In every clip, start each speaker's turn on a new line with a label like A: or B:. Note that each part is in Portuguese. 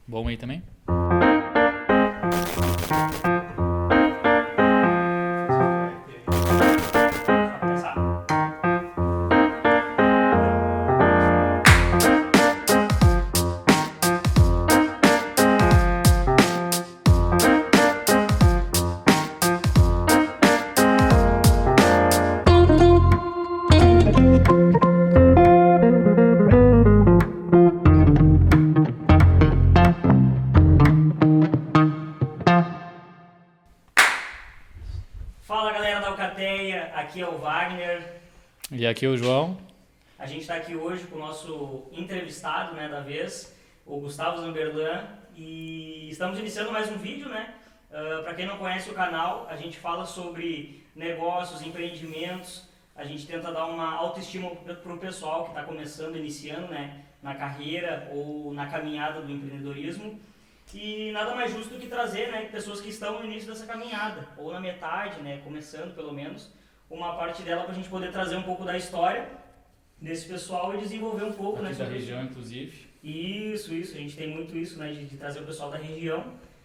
A: Bom aí também?
B: Fala galera da Alcateia, aqui é o Wagner.
A: E aqui o João.
B: A gente está aqui hoje com o nosso entrevistado, né, da vez, o Gustavo Zamberlan, e estamos iniciando mais um vídeo, né? Para quem não conhece o canal, a gente fala sobre negócios, empreendimentos, a gente tenta dar uma autoestima para o pessoal que está começando, iniciando, né, na carreira ou na caminhada do empreendedorismo. E nada mais justo do que trazer, né, pessoas que estão no início dessa caminhada, ou na metade, né, começando pelo menos, uma parte dela para a gente poder trazer um pouco da história desse pessoal e desenvolver um pouco,
A: Aqui
B: né,
A: da
B: sobre
A: região, inclusive.
B: Isso, a gente tem muito isso, né, de trazer o pessoal da região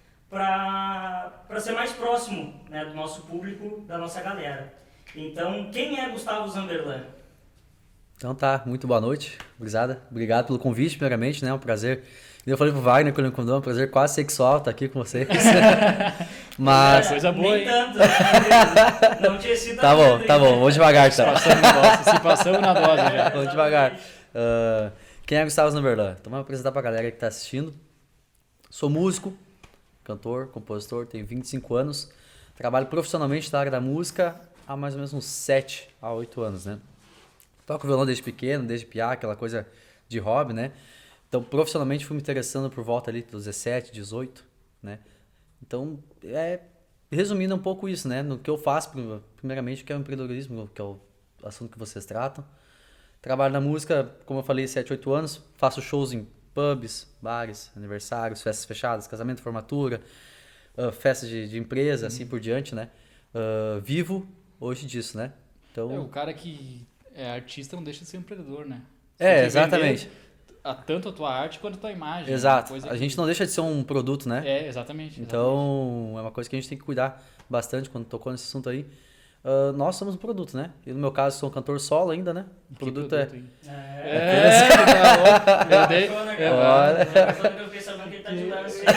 B: para ser mais próximo, né, do nosso público, da nossa galera. Então, quem é Gustavo Zamberlan?
C: Então tá, muito boa noite, gurizada. Obrigado pelo convite, primeiramente, né? É um prazer. Eu falei pro Wagner quando ele me convidou, é um prazer quase sexual estar aqui com vocês. Mas.
A: Coisa boa,
B: Nem
A: hein?
B: tanto, né? Não te excita
C: Tá bom,
B: tanto,
C: tá
B: hein?
C: bom, vamos devagar, tá?
A: Se passamos na dose já.
C: Vamos devagar. Quem é Gustavo Zamberlan? Então vamos apresentar pra galera que tá assistindo. Sou músico, cantor, compositor, tenho 25 anos. Trabalho profissionalmente na área da música há mais ou menos uns 7 a 8 anos, né? Toco violão desde pequeno, desde piá, aquela coisa de hobby, né? Então, profissionalmente, fui me interessando por volta ali dos 17, 18, né? Então, resumindo um pouco isso, né? No que eu faço, primeiramente, que é o empreendedorismo, que é o assunto que vocês tratam. Trabalho na música, como eu falei, 7, 8 anos. Faço shows em pubs, bares, aniversários, festas fechadas, casamento, formatura, festas de empresa, assim por diante, né? Vivo hoje disso, né? Então,
A: O cara que é artista não deixa de ser empreendedor, né? Você
C: É,
A: tem que
C: exatamente.
A: vender tanto a tua arte quanto a tua imagem.
C: Exato.
A: Uma coisa
C: A
A: que-
C: gente não deixa de ser um produto, né?
A: Exatamente.
C: Então, é uma coisa que a gente tem que cuidar bastante quando tocou nesse assunto aí. Nós somos um produto, né? E no meu caso, sou um cantor solo ainda, né? O
A: Que
C: produto
A: produto, hein?
B: É,
A: Eu dei,
B: eu fiquei sabendo que ele tá ajudando você.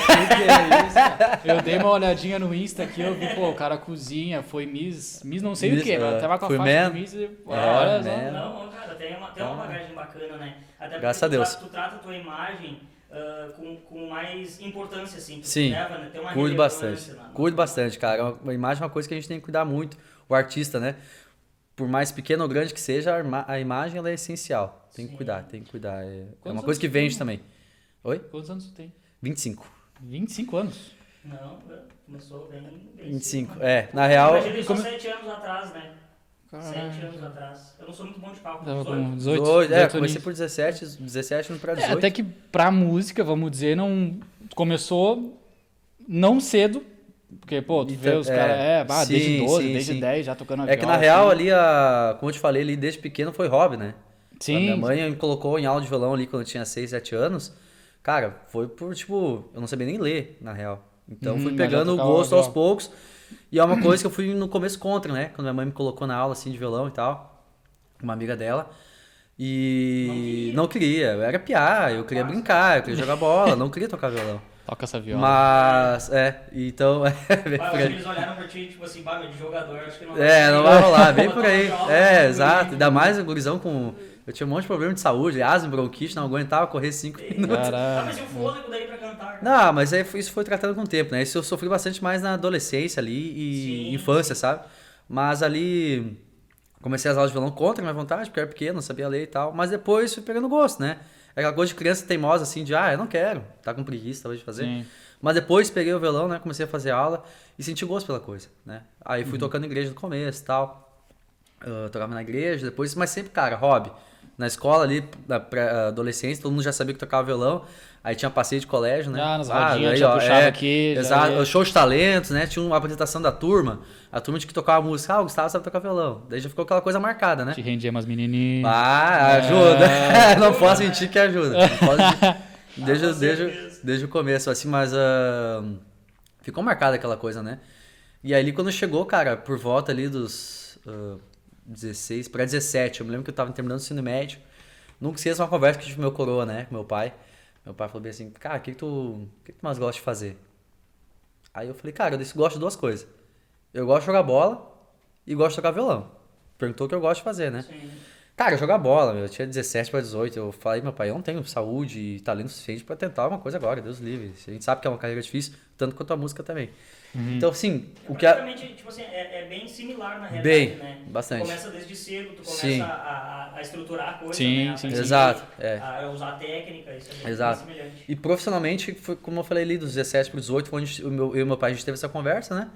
A: eu dei uma olhadinha no Insta aqui, eu vi, pô, o cara cozinha, foi Miss não sei
C: Miss,
A: o que, mas tava com a
C: fui
A: faixa
C: man.
A: de Miss e
C: É,
A: olha
C: man.
A: só.
B: Não, cara, tem uma bagagem bacana, né? Até
C: Graças
B: porque
C: a Deus.
B: tu trata a tua imagem com mais importância, assim. Tu
C: Sim,
B: leva, né? Tem uma
C: cuido
B: relevância
C: bastante.
B: na-
C: Cuido bastante, cara. Uma imagem é uma coisa que a gente tem que cuidar muito. O artista, né? Por mais pequeno ou grande que seja, a imagem ela é essencial. Tem que
B: Sim.
C: cuidar, tem que cuidar. É
A: Quantos
C: uma coisa que
A: anos tu
C: vende
A: tem?
C: também. Oi?
A: Quantos anos tu tem?
C: 25.
A: 25 anos.
B: Não, começou bem
C: 25.
B: cedo, né?
C: Na real.
B: Imagina isso há
A: como-
B: 7 anos atrás, né?
A: Caralho.
B: 7 anos atrás. Eu não sou muito bom de cálculo.
A: Tava
B: 18.
A: com 18,
C: 18,
A: 18
C: comecei
A: aninhos.
C: por 17 indo pra 18.
A: Até que pra música, vamos dizer, não começou não cedo, porque, pô, tu vê
C: Então,
A: os caras,
C: sim,
A: desde 12,
C: sim,
A: desde
C: sim.
A: 10 já tocando
C: É que na
A: viola,
C: real
A: assim.
C: ali, como eu te falei ali, desde pequeno foi hobby, né? A
A: Sim,
C: minha mãe me colocou em aula de violão ali quando eu tinha 6, 7 anos. Cara, foi por, tipo, eu não sabia nem ler, na real. Então fui
A: mas já
C: pegando o
A: tocava
C: gosto aos
A: viola.
C: poucos. E é uma coisa que eu fui no começo contra, né? Quando minha mãe me colocou na aula, assim, de violão e tal. Uma amiga dela. E não queria. Eu era piá, eu queria brincar, eu queria jogar bola, não queria tocar violão.
A: toca essa viola.
C: Mas, então, bem
B: Ah,
C: por
B: acho que
C: aí.
B: eles olharam pra ti, tipo assim, bah, meu, de jogador, acho que não
C: Não vai rolar, bem por
B: Botar
C: aí.
B: uma jola,
C: Exato. Ainda mais o gurizão com. Eu tinha um monte de problema de saúde, asma, bronquite, não aguentava correr 5 minutos.
B: Ah,
A: Caralho.
B: mas e o fôlego daí pra cantar?
C: Não, mas isso foi tratando com o tempo, né? Isso eu sofri bastante mais na adolescência ali e
B: Sim,
C: infância, sabe? Mas ali comecei as aulas de violão contra a minha vontade, porque eu era pequeno, não sabia ler e tal. Mas depois fui pegando gosto, né? É aquela coisa de criança teimosa, assim, de eu não quero, tá com preguiça talvez de fazer.
A: Sim.
C: Mas depois peguei o violão, né? Comecei a fazer aula e senti gosto pela coisa, né? Aí fui tocando em igreja no começo e tal. Tocava na igreja, depois, mas sempre, cara, hobby. Na escola ali, na adolescência, todo mundo já sabia que tocava violão. Aí tinha passeio de colégio, né?
A: Nas rodinhas, já puxava aqui. já
C: Exato,
A: ia.
C: show de talentos, né? Tinha uma apresentação da turma. A turma tinha que tocar a música. O Gustavo sabe tocar violão. Daí já ficou aquela coisa marcada, né?
A: Te rendia umas menininhas.
C: Ajuda. Não posso mentir que ajuda. Não posso mentir. Desde, desde o começo, assim, mas ficou marcada aquela coisa, né? E aí quando chegou, cara, por volta ali dos 16 para 17, eu me lembro que eu tava terminando o ensino médio, nunca esqueço uma conversa que eu tive com meu coroa, né, com meu pai. Meu pai falou bem assim, cara, o que tu mais gosta de fazer? Aí eu falei, cara, eu gosto de duas coisas. Eu gosto de jogar bola e gosto de tocar violão. Perguntou o que eu gosto de fazer, né?
B: Sim.
C: Cara, jogar bola, eu tinha 17 para 18. Eu falei, meu pai, eu não tenho saúde e talento suficiente pra tentar uma coisa agora, Deus livre. A gente sabe que é uma carreira difícil, tanto quanto a música também. Então, assim, o que
B: Praticamente, tipo assim, é bem similar na realidade,
C: Bem,
B: né?
C: bastante.
B: Tu começa desde cedo, tu começa
C: Sim.
B: a estruturar a coisa,
A: Sim,
B: né? A
A: sim,
B: aprender
C: Exato,
B: a usar a técnica, isso é bem
C: Exato.
B: semelhante.
C: E profissionalmente, foi como eu falei ali, dos 17 para 18, foi onde eu e meu pai a gente teve essa conversa, né?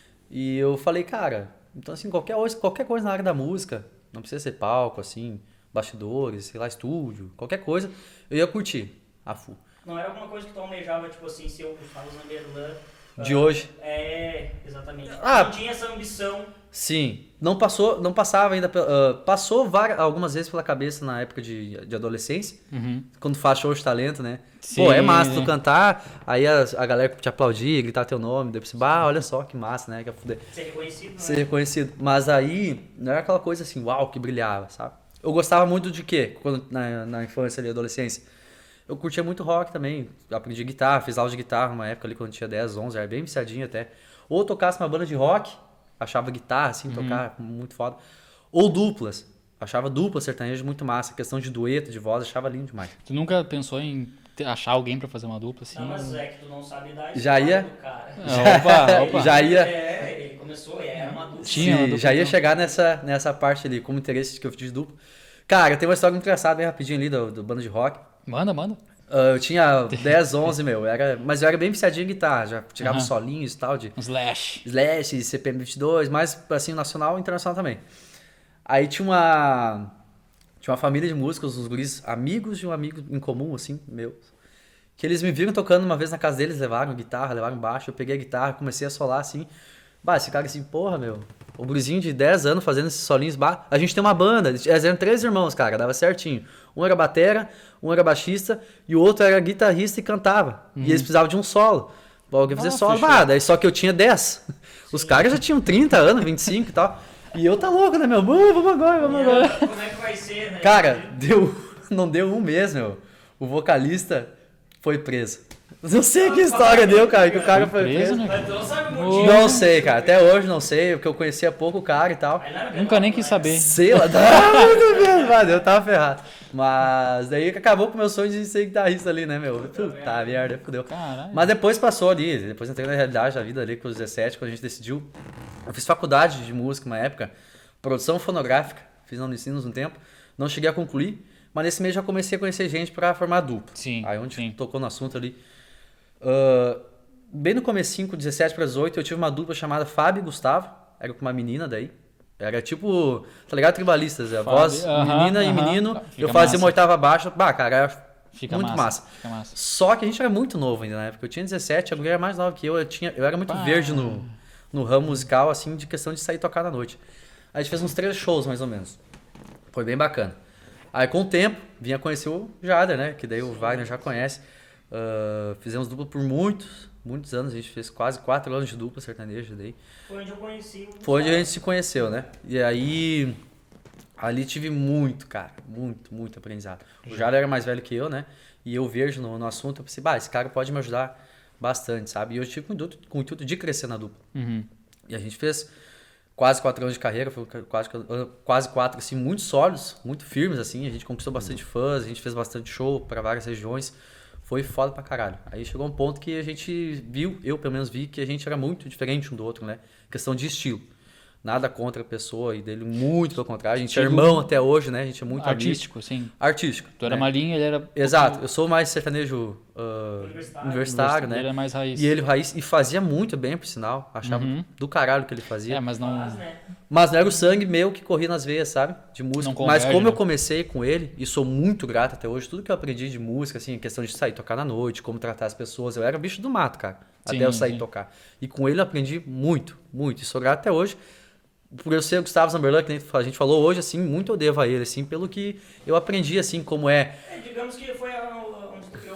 C: E eu falei, cara, então assim, qualquer coisa na área da música, não precisa ser palco, assim, bastidores, sei lá, estúdio, qualquer coisa, eu ia curtir a full.
B: Não era alguma coisa que tu almejava, tipo assim, ser o Gustavo Zamberlan
C: De hoje.
B: Exatamente.
C: Ah,
B: não tinha essa ambição.
C: Sim, não passava ainda, passou algumas vezes pela cabeça na época de adolescência, quando faz show de talento, né?
A: Sim.
C: Pô, é massa tu cantar, aí a galera te aplaudir, gritar teu nome, depois você, olha só que massa, né? Que é fuder.
B: Ser reconhecido,
C: Ser
B: né?
C: reconhecido. Mas aí, não era aquela coisa assim, uau, que brilhava, sabe? Eu gostava muito de quê? Quando, na infância ali, adolescência. Eu curtia muito rock também, aprendi guitarra, fiz aula de guitarra uma época ali quando eu tinha 10, 11, era bem viciadinho até. Ou tocasse uma banda de rock, achava guitarra, assim, tocar muito foda. Ou duplas, achava dupla sertaneja muito massa, questão de dueto, de voz, achava lindo demais.
A: Tu nunca pensou em achar alguém pra fazer uma dupla assim?
B: Não, mas é que tu não sabe da
C: Já
B: história
C: ia?
B: do cara.
A: Opa.
C: Já ia...
B: Ele começou, era uma dupla.
A: Tinha uma dupla,
C: já ia
A: então.
C: chegar nessa parte ali, como interesse que eu fiz de dupla. Cara, tem uma história muito engraçada, bem rapidinho ali, do banda de rock.
A: Manda.
C: Eu tinha 10, 11, mas eu era bem viciadinho em guitarra, já tirava
A: Aham.
C: solinhos e tal, de
A: Slash.
C: Slash, CPM 22, mas assim, nacional e internacional também. Aí tinha uma família de músicos, uns guris amigos de um amigo em comum, assim, meu, que eles me viram tocando uma vez na casa deles, levaram guitarra, levaram baixo, eu peguei a guitarra, comecei a solar assim, esse cara assim, porra, meu, o gurizinho de 10 anos fazendo esses solinhos, a gente tem uma banda, eles eram 3 irmãos, cara, dava certinho. Um era batera, um era baixista e o outro era guitarrista e cantava. E eles precisavam de um solo. Alguém fazer solo.
A: Fechou.
C: Daí só que eu tinha 10. Os caras já tinham 30 anos, 25 e tal. E eu tá louco, né, meu? Vamos agora.
B: Como é que vai ser, né?
C: Cara, não deu um mês, meu. O vocalista foi preso. Não sei que história deu, cara, que o cara foi preso.
A: Né?
B: Mas tu não sabe o motivo.
C: Não sei, cara. Até hoje não sei, porque eu conhecia pouco o cara e tal.
B: Aí não era
A: Nunca nem
B: verdade,
A: quis
B: né?
A: saber.
C: Sei lá, mano, eu tava ferrado. Mas daí acabou com o meu sonho de ser guitarrista ali, né, meu? Puta merda, fudeu.
A: Caralho.
C: Mas depois passou ali, depois entrei na realidade da vida ali com os 17, quando a gente decidiu. Eu fiz faculdade de música uma época, produção fonográfica, fiz na Unicinos um tempo, não cheguei a concluir, mas nesse mês já comecei a conhecer gente pra formar dupla.
A: Sim,
C: Aí onde
A: sim.
C: tocou no assunto ali. Bem no comecinho, com 17 para 18, eu tive uma dupla chamada Fábio e Gustavo, era com uma menina daí. Era tipo, tá ligado? Tribalistas, a voz, menina e menino.
A: Fica
C: Eu fazia
A: massa.
C: uma oitava baixa. Cara, era
A: Fica
C: muito massa.
A: Fica massa.
C: Só que a gente era muito novo ainda na época. Eu tinha 17, a mulher era mais nova que eu. Eu era muito verde no ramo musical, assim, de questão de sair tocar na noite. Aí a gente fez uns 3 shows, mais ou menos. Foi bem bacana. Aí com o tempo, vinha conhecer o Jader, né? Que daí o Wagner já conhece. Fizemos dupla por muitos anos. A gente fez quase 4 anos de dupla sertaneja daí.
B: Foi onde eu conheci o
C: Foi onde a gente se conheceu, né? E aí, ali tive muito aprendizado. O Jader era mais velho que eu, né? E eu vejo no assunto, eu pensei, esse cara pode me ajudar bastante, sabe? E eu tive com o intuito de crescer na dupla. E a gente fez quase 4 anos de carreira, foi quase 4, assim, muito sólidos, muito firmes, assim. A gente conquistou bastante fãs, a gente fez bastante show para várias regiões. Foi foda pra caralho. Aí chegou um ponto que a gente viu, eu pelo menos vi, que a gente era muito diferente um do outro, né? Questão de estilo. Nada contra a pessoa e dele, muito pelo contrário. A gente é irmão até hoje, né? A gente é muito
A: Artístico,
C: amigo.
A: sim.
C: Artístico.
A: Tu era
C: né?
A: malinho, ele era...
C: Exato. Eu sou mais sertanejo universitário, né?
A: Ele é mais raiz.
C: E ele raiz, e fazia muito bem, por sinal. Achava do caralho o que ele fazia.
A: Mas não...
B: né?
C: Mas não era o sangue meu que corria nas veias, sabe? De música.
A: Não converge,
C: Mas como eu
A: né?
C: comecei com ele, e sou muito grato até hoje, tudo que eu aprendi de música, assim, questão de sair tocar na noite, como tratar as pessoas, eu era bicho do mato, cara.
A: Sim,
C: até eu sair
A: sim.
C: tocar. E com ele eu aprendi muito. E sou grato até hoje. Por eu ser o Gustavo Zamberlan, que nem a gente falou hoje, assim, muito eu devo a ele, assim, pelo que eu aprendi, assim, como é.
B: Digamos que foi onde tu criou uma base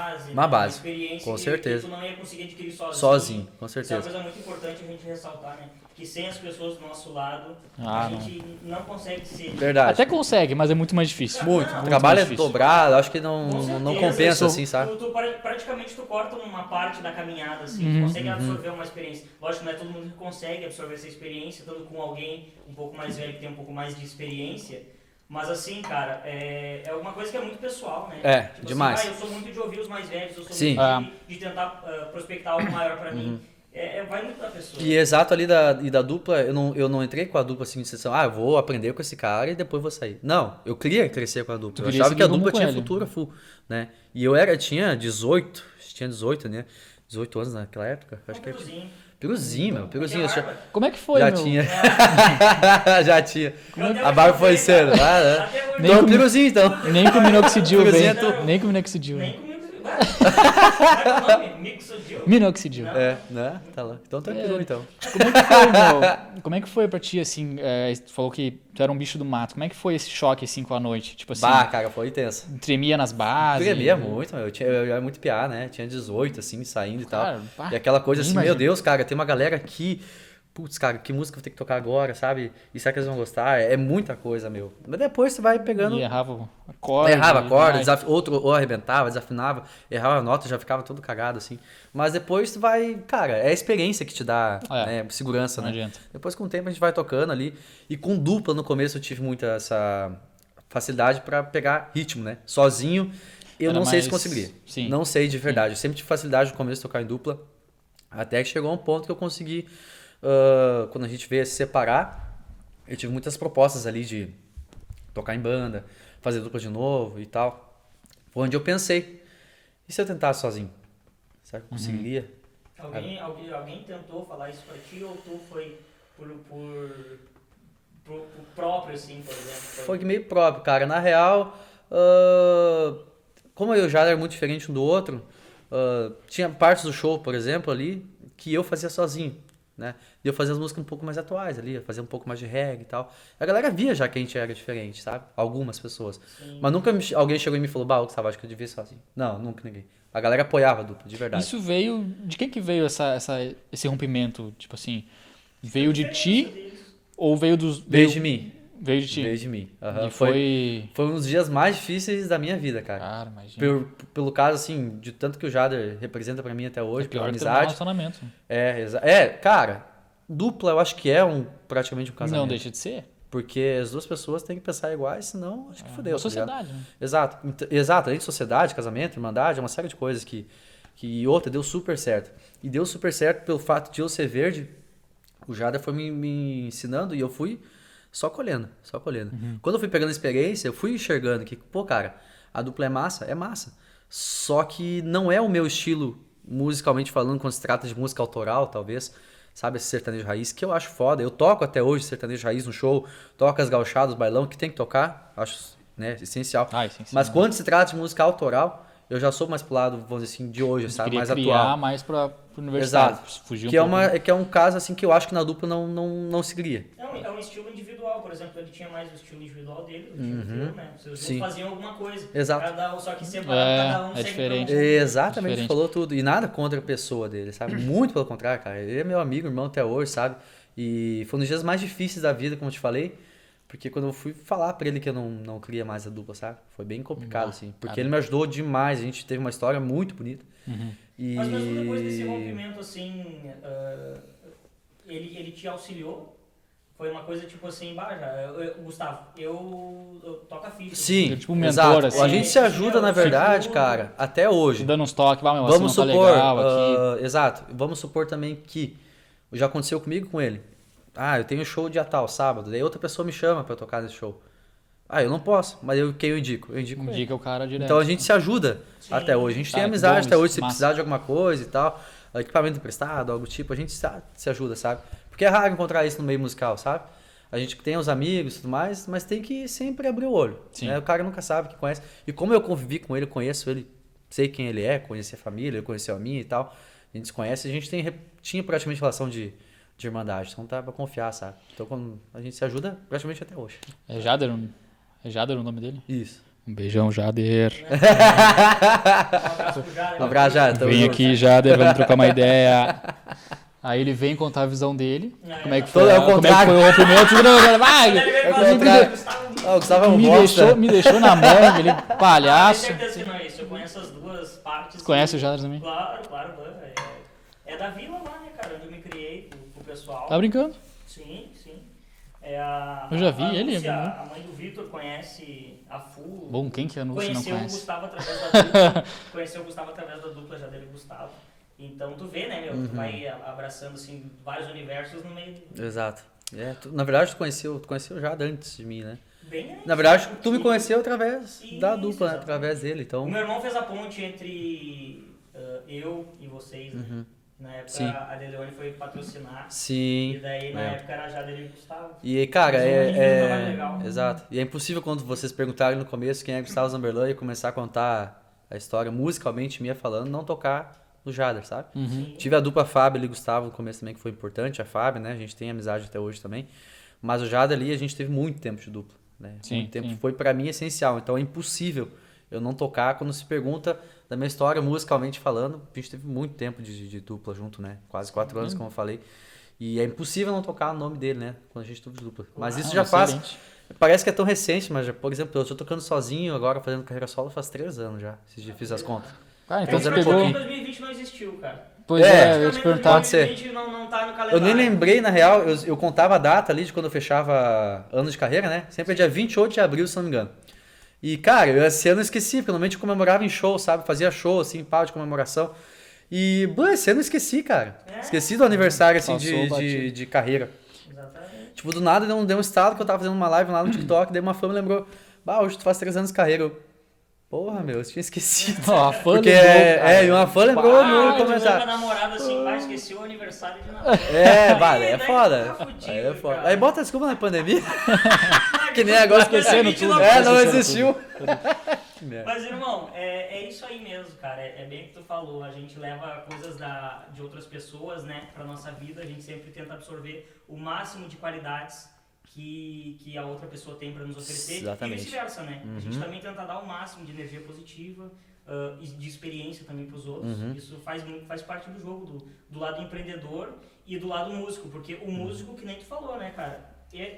B: base,
C: Uma base,
B: experiência
C: com
B: que
C: certeza.
B: tu não ia conseguir adquirir sozinho.
C: Sozinho, com
B: Isso é uma
C: certeza.
B: coisa muito importante a gente ressaltar, né? Que sem as pessoas do nosso lado,
A: Ah,
B: a gente não consegue ser.
C: Verdade.
A: Até consegue, mas é muito mais difícil.
C: Muito.
B: Não,
C: O trabalho é
A: mais difícil.
C: dobrado, acho que não,
B: Com
C: não
B: certeza,
C: compensa,
A: eu
C: assim, sabe?
B: Praticamente tu corta uma parte da caminhada, assim,
A: Uhum.
B: tu consegue absorver uma experiência. Lógico, não é todo mundo que consegue absorver essa experiência, estando com alguém um pouco mais velho, que tem um pouco mais de experiência. Mas assim, cara, é uma coisa que é muito pessoal, né?
C: É,
B: Tipo
C: demais.
B: Assim, eu sou muito de ouvir os mais velhos, eu sou
C: Sim.
B: muito de tentar prospectar algo maior pra mim. Vai muito da pessoa.
C: E exato ali da dupla, eu não entrei com a dupla assim, de sessão, eu vou aprender com esse cara e depois vou sair. Não, eu queria crescer com a dupla.
A: Tu
C: Eu
A: queria
C: achava que a
A: seguir rumo
C: dupla
A: com
C: tinha
A: ele.
C: futuro full, né? E tinha 18, né? 18 anos naquela época. Acho que é
B: Piruzinho.
C: Piruzinho, meu, Piruzinho.
B: Tem
C: Já,
B: barba?
A: Como é que foi,
C: já
A: meu?
C: tinha. Já tinha.
B: Eu tenho
C: A barba foi
B: cara.
C: cedo. Ah, né?
B: Até hoje.
C: Então, Piruzinho, então.
A: Nem com o minoxidil,
C: Piruzinho
A: velho.
C: é tu.
A: Nem com o minoxidil.
B: Nem comigo. Como é o nome? Mixodil?
A: Minoxidil.
B: Não.
C: É, né? Tá lá. Então tranquilo, então.
A: Como é que foi, meu? Como é que foi pra ti, assim, tu falou que tu era um bicho do mato. Como é que foi esse choque, assim, com a noite? Tipo assim,
C: Bah, cara, foi intenso.
A: tremia nas bases?
C: Tremia muito, meu. Eu era muito piá, né? Tinha 18, assim, saindo e tal.
A: Cara, pá,
C: E aquela coisa
A: nem
C: assim,
A: imagino.
C: meu Deus, cara, tem uma galera aqui. Putz, cara, que música eu vou ter que tocar agora, sabe? E será que eles vão gostar? É muita coisa, meu. Mas depois você vai pegando.
A: E errava acorde.
C: Errava acorde,
A: vai.
C: outro ou arrebentava, desafinava, errava a nota, já ficava todo cagado, assim. Mas depois tu vai. Cara, é a experiência que te dá segurança,
A: Não
C: né?
A: adianta.
C: Depois com o tempo a gente vai tocando ali. E com dupla no começo eu tive muita essa facilidade pra pegar ritmo, né? Sozinho eu
A: Era
C: não sei se
A: mais-
C: conseguiria.
A: Sim.
C: Não sei de verdade. Eu sempre tive facilidade no começo de tocar em dupla. Até que chegou um ponto que eu consegui. Quando a gente veio se separar, eu tive muitas propostas ali de tocar em banda, fazer dupla de novo e tal. Foi onde eu pensei. E se eu tentasse sozinho? Será que eu conseguiria?
B: Alguém tentou falar isso pra ti ou tu foi por próprio, assim, por exemplo?
C: Foi meio próprio, cara. Na real, como eu já era muito diferente um do outro, tinha partes do show, por exemplo, ali, que eu fazia sozinho, né? E eu fazia as músicas um pouco mais atuais ali, eu fazia um pouco mais de reggae e tal. A galera via já que a gente era diferente, sabe? Algumas pessoas.
B: Sim.
C: Mas nunca alguém chegou e me falou, Gustavo, acho que eu devia ir sozinho. Não, nunca ninguém. A galera apoiava a dupla, de verdade.
A: Isso veio... De quem que veio esse rompimento? Tipo assim, veio de ti ou veio dos...
C: Veio de mim.
A: Veio de ti.
C: Veio de mim. Aham.
A: E foi...
C: Foi um dos dias mais difíceis da minha vida, cara.
A: Cara, imagina.
C: Pelo caso, assim, de tanto que o Jader representa pra mim até hoje,
A: É
C: pela
A: pior que terminar um
C: amizade.
A: relacionamento.
C: Cara, dupla eu acho que é praticamente um casamento.
A: Não deixa de ser.
C: Porque as duas pessoas têm que pensar iguais, senão acho que fodeu.
A: Uma
C: tá ligado?
A: sociedade, né?
C: Exato, além de sociedade, casamento, irmandade, é uma série de coisas que outra deu super certo. E deu super certo pelo fato de eu ser verde, o Jader foi me ensinando e eu fui só colhendo. Quando eu fui pegando experiência, eu fui enxergando que, pô, cara, a dupla é massa. Só que não é o meu estilo, musicalmente falando, quando se trata de música autoral, talvez, sabe, esse sertanejo raiz, que eu acho foda. Eu toco até hoje sertanejo raiz no show, toco as gauchadas, bailão, que tem que tocar, acho, né, essencial.
A: Sim,
C: Mas quando se trata de música autoral, eu já sou mais pro lado, vamos dizer assim, de hoje, sabe,
A: Queria
C: mais
A: criar
C: atual.
A: mais pro universitário.
C: Exato.
A: Fugir
C: Que,
A: um pouco.
C: que é um caso assim que eu acho que na dupla não seguiria.
B: É um estilo individual, por exemplo, ele tinha mais o estilo individual dele do que o teu, né? Vocês
C: Sim.
B: faziam alguma coisa.
C: Exato.
B: Só que separado, cada um
A: É
B: segue
A: diferente.
B: pra um.
C: Exatamente,
A: Diferente.
C: falou tudo. E nada contra a pessoa dele, sabe? Muito pelo contrário, cara. Ele é meu amigo, irmão até hoje, sabe? E foi um dos dias mais difíceis da vida, como eu te falei. Porque quando eu fui falar pra ele que eu não queria mais a dupla, sabe? Foi bem complicado, assim. Porque ele me ajudou demais. A gente teve uma história muito bonita. E...
B: Mas mesmo depois desse rompimento, assim, ele te auxiliou? Foi uma coisa tipo assim, Gustavo, eu toco a ficha.
C: Sim,
A: Tipo um mentor,
C: exato.
A: assim.
C: A gente se ajuda, na verdade, cara, até hoje.
A: Dando uns toques, meu,
C: Vamos
A: assim não tá
C: supor,
A: legal aqui.
C: exato. Vamos supor também que já aconteceu comigo com ele. Eu tenho show dia tal, sábado. Daí outra pessoa me chama pra eu tocar nesse show. Eu não posso, mas quem eu indico? Eu indico ele.
A: Indica o cara direto.
C: Então a gente se ajuda até hoje. A gente tem
A: que
C: amizade
A: bom
C: até
A: isso,
C: hoje, se
A: massa.
C: precisar de alguma coisa e tal, equipamento emprestado, algo do tipo, a gente se ajuda, sabe? Porque é raro encontrar isso no meio musical, sabe? A gente tem os amigos e tudo mais, mas tem que sempre abrir o olho.
A: Sim.
C: Né? O cara nunca sabe que conhece. E como eu convivi com ele, conheço ele, sei quem ele é, conheci a família, ele conheceu a minha e tal. A gente se conhece, a gente tinha praticamente relação de irmandade. Então dá pra confiar, sabe? Então quando a gente se ajuda praticamente até hoje.
A: É Jader o nome dele?
C: Isso.
A: Um beijão, Jader.
B: Um abraço pro Jader.
C: Um abraço, Jader. Tamo
A: Vem
C: junto.
A: aqui, Jader, vamos trocar uma ideia. Aí ele vem contar a visão dele. Como é que foi,
C: Todo é o
A: como é que
C: contrário.
A: foi o rompimento.
B: Aí ele veio
C: É o
B: falar,
C: contrário.
B: Gustavo,
C: Ah, o Gustavo é um
A: me,
C: bosta.
A: me deixou na mão, aquele
B: tenho
A: palhaço.
B: certeza que não é isso. Eu conheço as duas partes.
A: Conhece o Jader também?
B: Claro. É da vila lá, né, cara? Onde eu me criei com o pessoal.
A: Tá brincando?
B: Sim. É a,
A: Eu já vi
B: a
A: ele,
B: Lúcia,
A: né?
B: a mãe do Vitor conhece a Fu.
A: Bom, quem que a Núcia não
B: Conheceu o
A: conhece?
B: Gustavo através da dupla. Conheceu o Gustavo através da dupla já dele, Gustavo. Então tu vê, né, meu? Tu vai abraçando assim vários universos no meio.
C: Exato. Na verdade, tu conheceu já antes de mim, né?
B: Bem antes,
C: Na verdade,
B: né?
C: tu me conheceu através da
B: Isso,
C: dupla, né?
B: exatamente.
C: Através dele,
B: O
C: então...
B: meu irmão fez a ponte entre eu e vocês, né? Na época
C: Sim.
B: a Deleone foi patrocinar. E
C: Sim.
B: daí na época era Jader e Gustavo.
C: E, cara,
B: Mas um trabalho legal.
C: Exato. E é impossível quando vocês perguntarem no começo quem é Gustavo Zamberlan e começar a contar a história musicalmente minha falando, não tocar no Jader, sabe?
B: Sim.
C: Tive a dupla Fábio e Gustavo no começo também, que foi importante, a Fábio, né? A gente tem amizade até hoje também. Mas o Jader ali, a gente teve muito tempo de dupla, né?
A: Sim,
C: Muito tempo.
A: sim.
C: Foi pra mim essencial. Então é impossível eu não tocar quando se pergunta da minha história musicalmente falando. A gente teve muito tempo de dupla junto, né? Quase 4 anos, como eu falei. E é impossível não tocar o nome dele, né? Quando a gente teve de dupla. Mas isso já faz...
A: excelente.
C: Parece que é tão recente, mas, por exemplo, eu tô tocando sozinho agora, fazendo carreira solo, faz 3 anos já. Esses dias fiz as contas.
A: Ah, então
C: Mas
A: você
C: é
A: pegou...
C: pouquinho.
B: 2020 não existiu, cara.
A: Pois
C: É,
A: eu ia te
B: Praticamente
A: perguntar.
C: Pode ser.
B: 2020 não tá no
C: Eu
B: calendário.
C: nem lembrei, na real, eu contava a data ali de quando eu fechava anos de carreira, né? Sempre é dia 28 de abril, se não me engano. E, cara, esse ano eu esqueci, porque normalmente eu comemorava em show, sabe? Fazia show, assim, pau de comemoração. E, esse ano eu esqueci, cara. Esqueci do aniversário, assim,
A: Passou batido.
C: de carreira.
B: Exatamente.
C: Tipo, do nada deu um estalo que eu tava fazendo uma live lá no TikTok, daí uma fã me lembrou, hoje tu faz 3 anos de carreira. Eu, porra, meu, eu tinha esquecido.
A: Ó, a fã
C: Porque
A: lembrou, cara.
C: e uma fã lembrou no
B: Tu vai pra
C: comentário.
B: namorada assim, vai, esqueci o aniversário de Natal.
C: Vale, é
B: daí
C: foda.
B: tá fudido,
C: Aí é foda.
B: cara.
C: Aí bota desculpa na pandemia.
B: Ah,
C: Que nem agora
A: esquecendo
B: 2020
A: tudo.
C: não
A: esquecendo
C: existiu.
B: Mas, irmão, é isso aí mesmo, cara. É bem o que tu falou. A gente leva coisas de outras pessoas, né, pra nossa vida. A gente sempre tenta absorver o máximo de qualidades que a outra pessoa tem pra nos oferecer.
C: Exatamente.
B: E vice-versa, né? A gente também tenta dar o máximo de energia positiva e de experiência também pros outros. Isso faz parte do jogo, do lado empreendedor e do lado músico. Porque o músico, que nem tu falou, né, cara?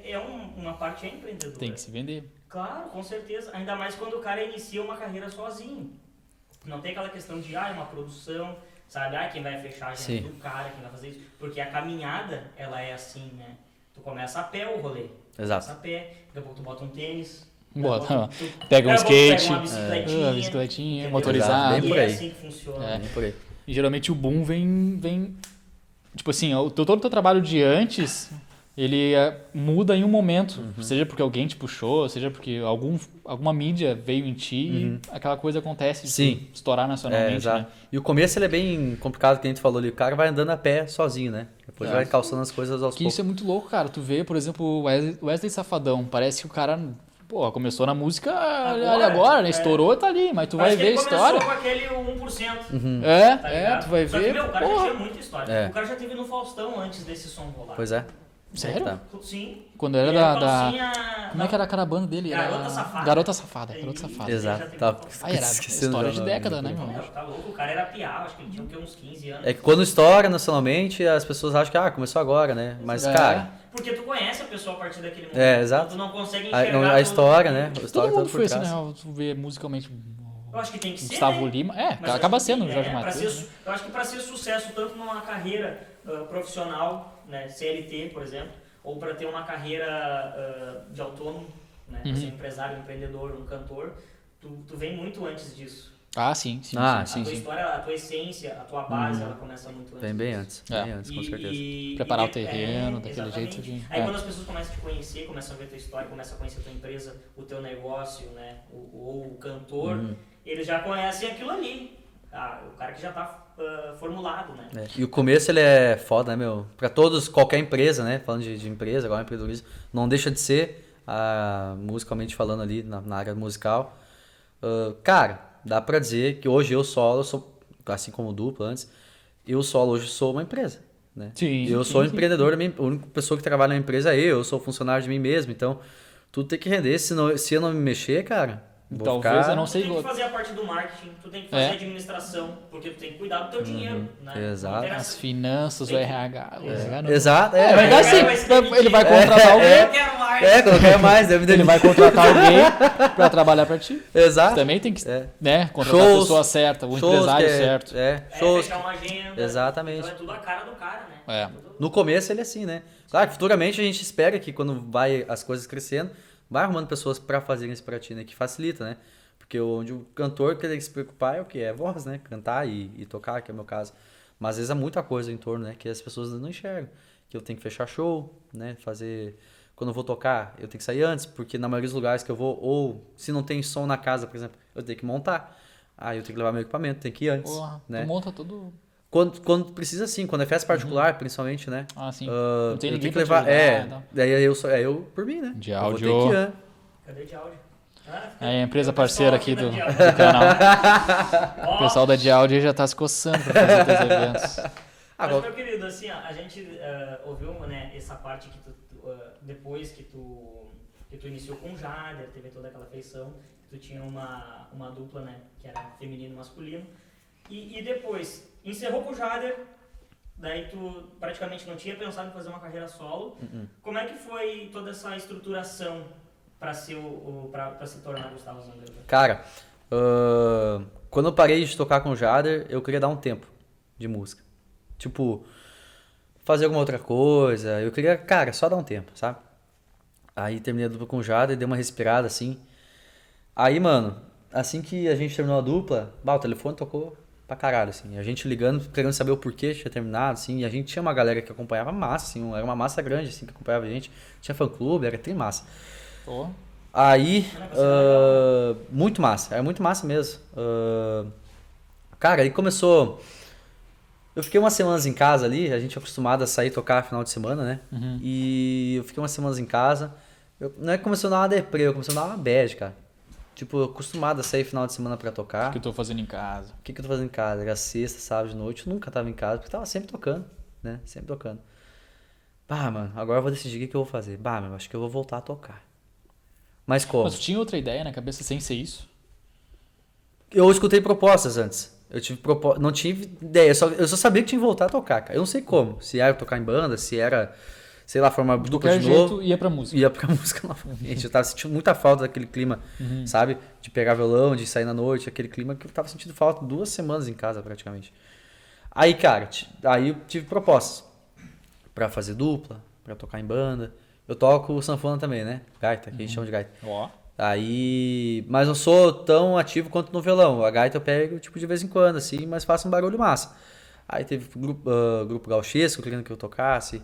B: Uma parte empreendedora.
A: Tem que se vender.
B: Claro, com certeza. Ainda mais quando o cara inicia uma carreira sozinho. Não tem aquela questão de, uma produção, sabe? Quem vai fechar a agenda do cara, quem vai fazer isso. Porque a caminhada, ela é assim, né? Tu começa a pé o rolê.
C: Exato.
B: Começa a pé, daqui a pouco tu bota um tênis.
A: Bota,
B: daqui a pouco
A: pega um
B: daqui a pouco
A: skate,
B: uma bicicletinha.
A: bicicletinha,
B: entendeu?
A: motorizado.
C: Bem
B: E
C: por
B: é
C: aí.
B: assim que funciona.
A: É.
C: Bem por aí.
A: E geralmente o boom vem tipo assim, todo o teu trabalho de antes, ele muda em um momento. Seja porque alguém te puxou, seja porque alguma mídia veio em ti e aquela coisa acontece de
C: Sim.
A: tu estourar nacionalmente,
C: Exato.
A: né?
C: E o começo ele é bem complicado, que a gente falou ali. O cara vai andando a pé sozinho, né? Depois vai calçando as coisas aos
A: Que
C: poucos.
A: isso é muito louco, cara. Tu vê, por exemplo, o Wesley Safadão. Parece que o cara, começou na música agora, né? Estourou e tá ali. Mas tu vai
B: Parece
A: ver a
B: que ele
A: história.
B: começou com aquele 1%. Tá
A: É,
B: ligado?
A: tu vai
B: Só que,
A: ver.
B: meu, o cara já
A: porra.
B: tinha muita história.
C: É.
B: O cara já teve no Faustão antes desse som rolar.
C: Pois é.
A: Sério?
C: Tá.
B: Sim.
A: Quando era
B: Ele
A: da.
B: calcinha
A: Como é que era aquela banda dele? Era
B: Garota Safada.
A: Garota Safada. Garota Safada.
C: Exato.
B: Tá.
A: Aí era
C: Esquecendo
A: história
C: o
A: de
C: nome.
A: década, né, meu?
B: Meu, tá louco, o cara era piá, acho que ele tinha o quê, uns 15 anos.
C: É que quando estoura nacionalmente, as pessoas acham que começou agora, né? Mas,
A: É.
C: cara,
B: Porque tu conhece a pessoa a partir daquele momento.
C: exato.
B: Tu não consegue
C: a
B: enxergar todo
C: história,
B: o
C: né?
B: caminho.
C: A história
A: Todo mundo
C: toda por
A: foi assim,
C: trás.
A: né? Tu vê musicalmente.
B: Eu acho que tem que ser,
A: Gustavo
B: né?
A: Lima.
B: Mas
A: Acaba
B: acho que
A: sendo o
B: tem,
A: Jorge
B: pra
A: Mateus.
B: ser
A: né?
B: Eu acho que para ser sucesso, tanto numa carreira profissional, né, CLT, por exemplo, ou para ter uma carreira de autônomo, né, pra ser empresário, empreendedor, um cantor, tu vem muito antes disso.
A: Ah, sim, sim.
C: Ah,
A: sim.
B: A tua história, a tua essência, a tua base, ela começa muito antes.
C: Vem bem
B: disso.
C: antes.
A: É.
C: Bem antes, com certeza.
A: Preparar o terreno, daquele
B: exatamente.
A: jeito de-
B: Aí
A: é.
B: quando as pessoas começam a te conhecer, começam a ver tua história, começam a conhecer a tua empresa, o teu negócio, né, o cantor, eles já conhecem aquilo ali. O cara que já tá formulado, né?
C: É. E o começo ele é foda, né, meu? Pra todos, qualquer empresa, né? Falando de empresa, agora empreendedorismo, não deixa de ser, musicalmente falando ali, na área musical. Cara, dá pra dizer que hoje eu solo, assim como o duplo antes, eu solo hoje sou uma empresa, né?
A: Sim,
C: Eu
A: sim,
C: sou
A: sim.
C: empreendedor, a única pessoa que trabalha na empresa é eu sou funcionário de mim mesmo, então tudo tem que render, se eu não me mexer, cara, Vou
A: Talvez,
C: ficar-
A: eu não
B: Tu
A: sei...
B: tem que fazer a parte do marketing, tu tem que fazer
A: É.
B: a administração, porque tu tem que cuidar do teu dinheiro, né?
C: exato.
B: Não interessa.
A: As finanças, o RH... O RH não...
C: Exato,
A: É, mas
B: O
A: assim,
B: cara vai se demitir.
A: ele vai contratar alguém...
B: Eu quero mais.
C: quando eu quero mais, deve
A: Ele vai contratar alguém pra trabalhar pra ti.
C: Exato.
A: Você também tem que,
C: É.
A: né, contratar a
C: Shows-
A: pessoa certa, o
C: shows
A: empresário
C: que é-
A: certo.
C: Shows.
B: Fechar uma agenda.
C: Exatamente.
B: Então é tudo a cara do cara, né?
A: É.
C: No começo ele é assim, né? Claro que futuramente a gente espera que quando vai as coisas crescendo, vai arrumando pessoas pra fazerem isso pra ti, né? Que facilita, né? Porque onde o cantor tem que se preocupar é o que? É voz, né? Cantar e tocar, que é o meu caso. Mas às vezes há muita coisa em torno, né? Que as pessoas não enxergam. Que eu tenho que fechar show, né? Fazer... Quando eu vou tocar, eu tenho que sair antes, porque na maioria dos lugares que eu vou, ou se não tem som na casa, por exemplo, eu tenho que montar. Aí eu tenho que levar meu equipamento, tenho que ir antes,
A: Porra,
C: né?
A: tu monta tudo...
C: Quando precisa sim, quando é festa particular, principalmente, né?
A: Ah, sim.
C: Ah,
A: Não tem
C: eu
A: ninguém
C: tenho que
A: pra te
C: levar,
A: ajudar e tal.
C: daí eu por mim, né?
A: De
C: Eu vou
A: áudio.
C: ter que ir, né?
B: Cadê de áudio? Ah,
A: É a empresa
B: o pessoal
A: parceira aqui do,
B: da
A: do
B: Dial.
A: canal.
B: Ó,
A: O pessoal da Dialdi já tá se coçando pra fazer teus eventos.
B: Mas,
C: Agora,
B: meu querido, assim, ó, a gente ouviu, né, essa parte que depois que tu iniciou com o Jader, teve toda aquela feição, que tu tinha uma dupla, né, que era feminino e masculino, e depois encerrou com o Jader, daí tu praticamente não tinha pensado em fazer uma carreira solo. Como é que foi toda essa estruturação para ser para se tornar Gustavo Zangerberg?
C: cara, quando eu parei de tocar com o Jader, eu queria dar um tempo de música. Tipo, fazer alguma outra coisa. Eu queria, cara, só dar um tempo, sabe? Aí terminei a dupla com o Jader, dei uma respirada assim. Aí, mano, assim que a gente terminou a dupla, o telefone tocou pra caralho, assim. A gente ligando, querendo saber o porquê tinha terminado, assim. E a gente tinha uma galera que acompanhava massa, assim. Era uma massa grande, assim, que acompanhava a gente. Tinha fã-clube, era tri massa.
A: Pô,
C: Aí,
B: Caraca, você é legal.
C: muito massa, era muito massa mesmo. Cara, aí começou. Eu fiquei umas semanas em casa ali, a gente é acostumado a sair tocar final de semana, né? E eu fiquei umas semanas em casa. Não é que começou a dar uma deprê, começou a dar uma bad, cara. Tipo, eu acostumado a sair final de semana pra tocar.
A: o que eu tô fazendo em casa?
C: O que eu tô fazendo em casa? Era sexta, sábado de noite, eu nunca tava em casa, porque tava sempre tocando, né? Sempre tocando. Mano, agora eu vou decidir o que eu vou fazer. Mano, acho que eu vou voltar a tocar. Mas como?
A: Mas tu tinha outra ideia na cabeça sem ser isso?
C: Eu escutei propostas antes. Eu tive não tive ideia, eu só sabia que tinha que voltar a tocar, cara. Eu não sei como. Se era tocar em banda, se era, sei lá, formar
A: De
C: dupla
A: qualquer
C: de
A: jeito,
C: novo.
A: ia pra música.
C: Ia pra música novamente. Eu tava sentindo muita falta daquele clima, sabe? De pegar violão, de sair na noite, aquele clima que eu tava sentindo falta 2 semanas em casa, praticamente. Aí, cara, aí eu tive propostas pra fazer dupla, pra tocar em banda. Eu toco sanfona também, né? Gaita, que a gente chama de gaita.
A: Ó,
C: Aí, mas não sou tão ativo quanto no violão. A gaita eu pego tipo de vez em quando, assim, mas faço um barulho massa. Aí teve grupo gauchesco querendo que eu tocasse.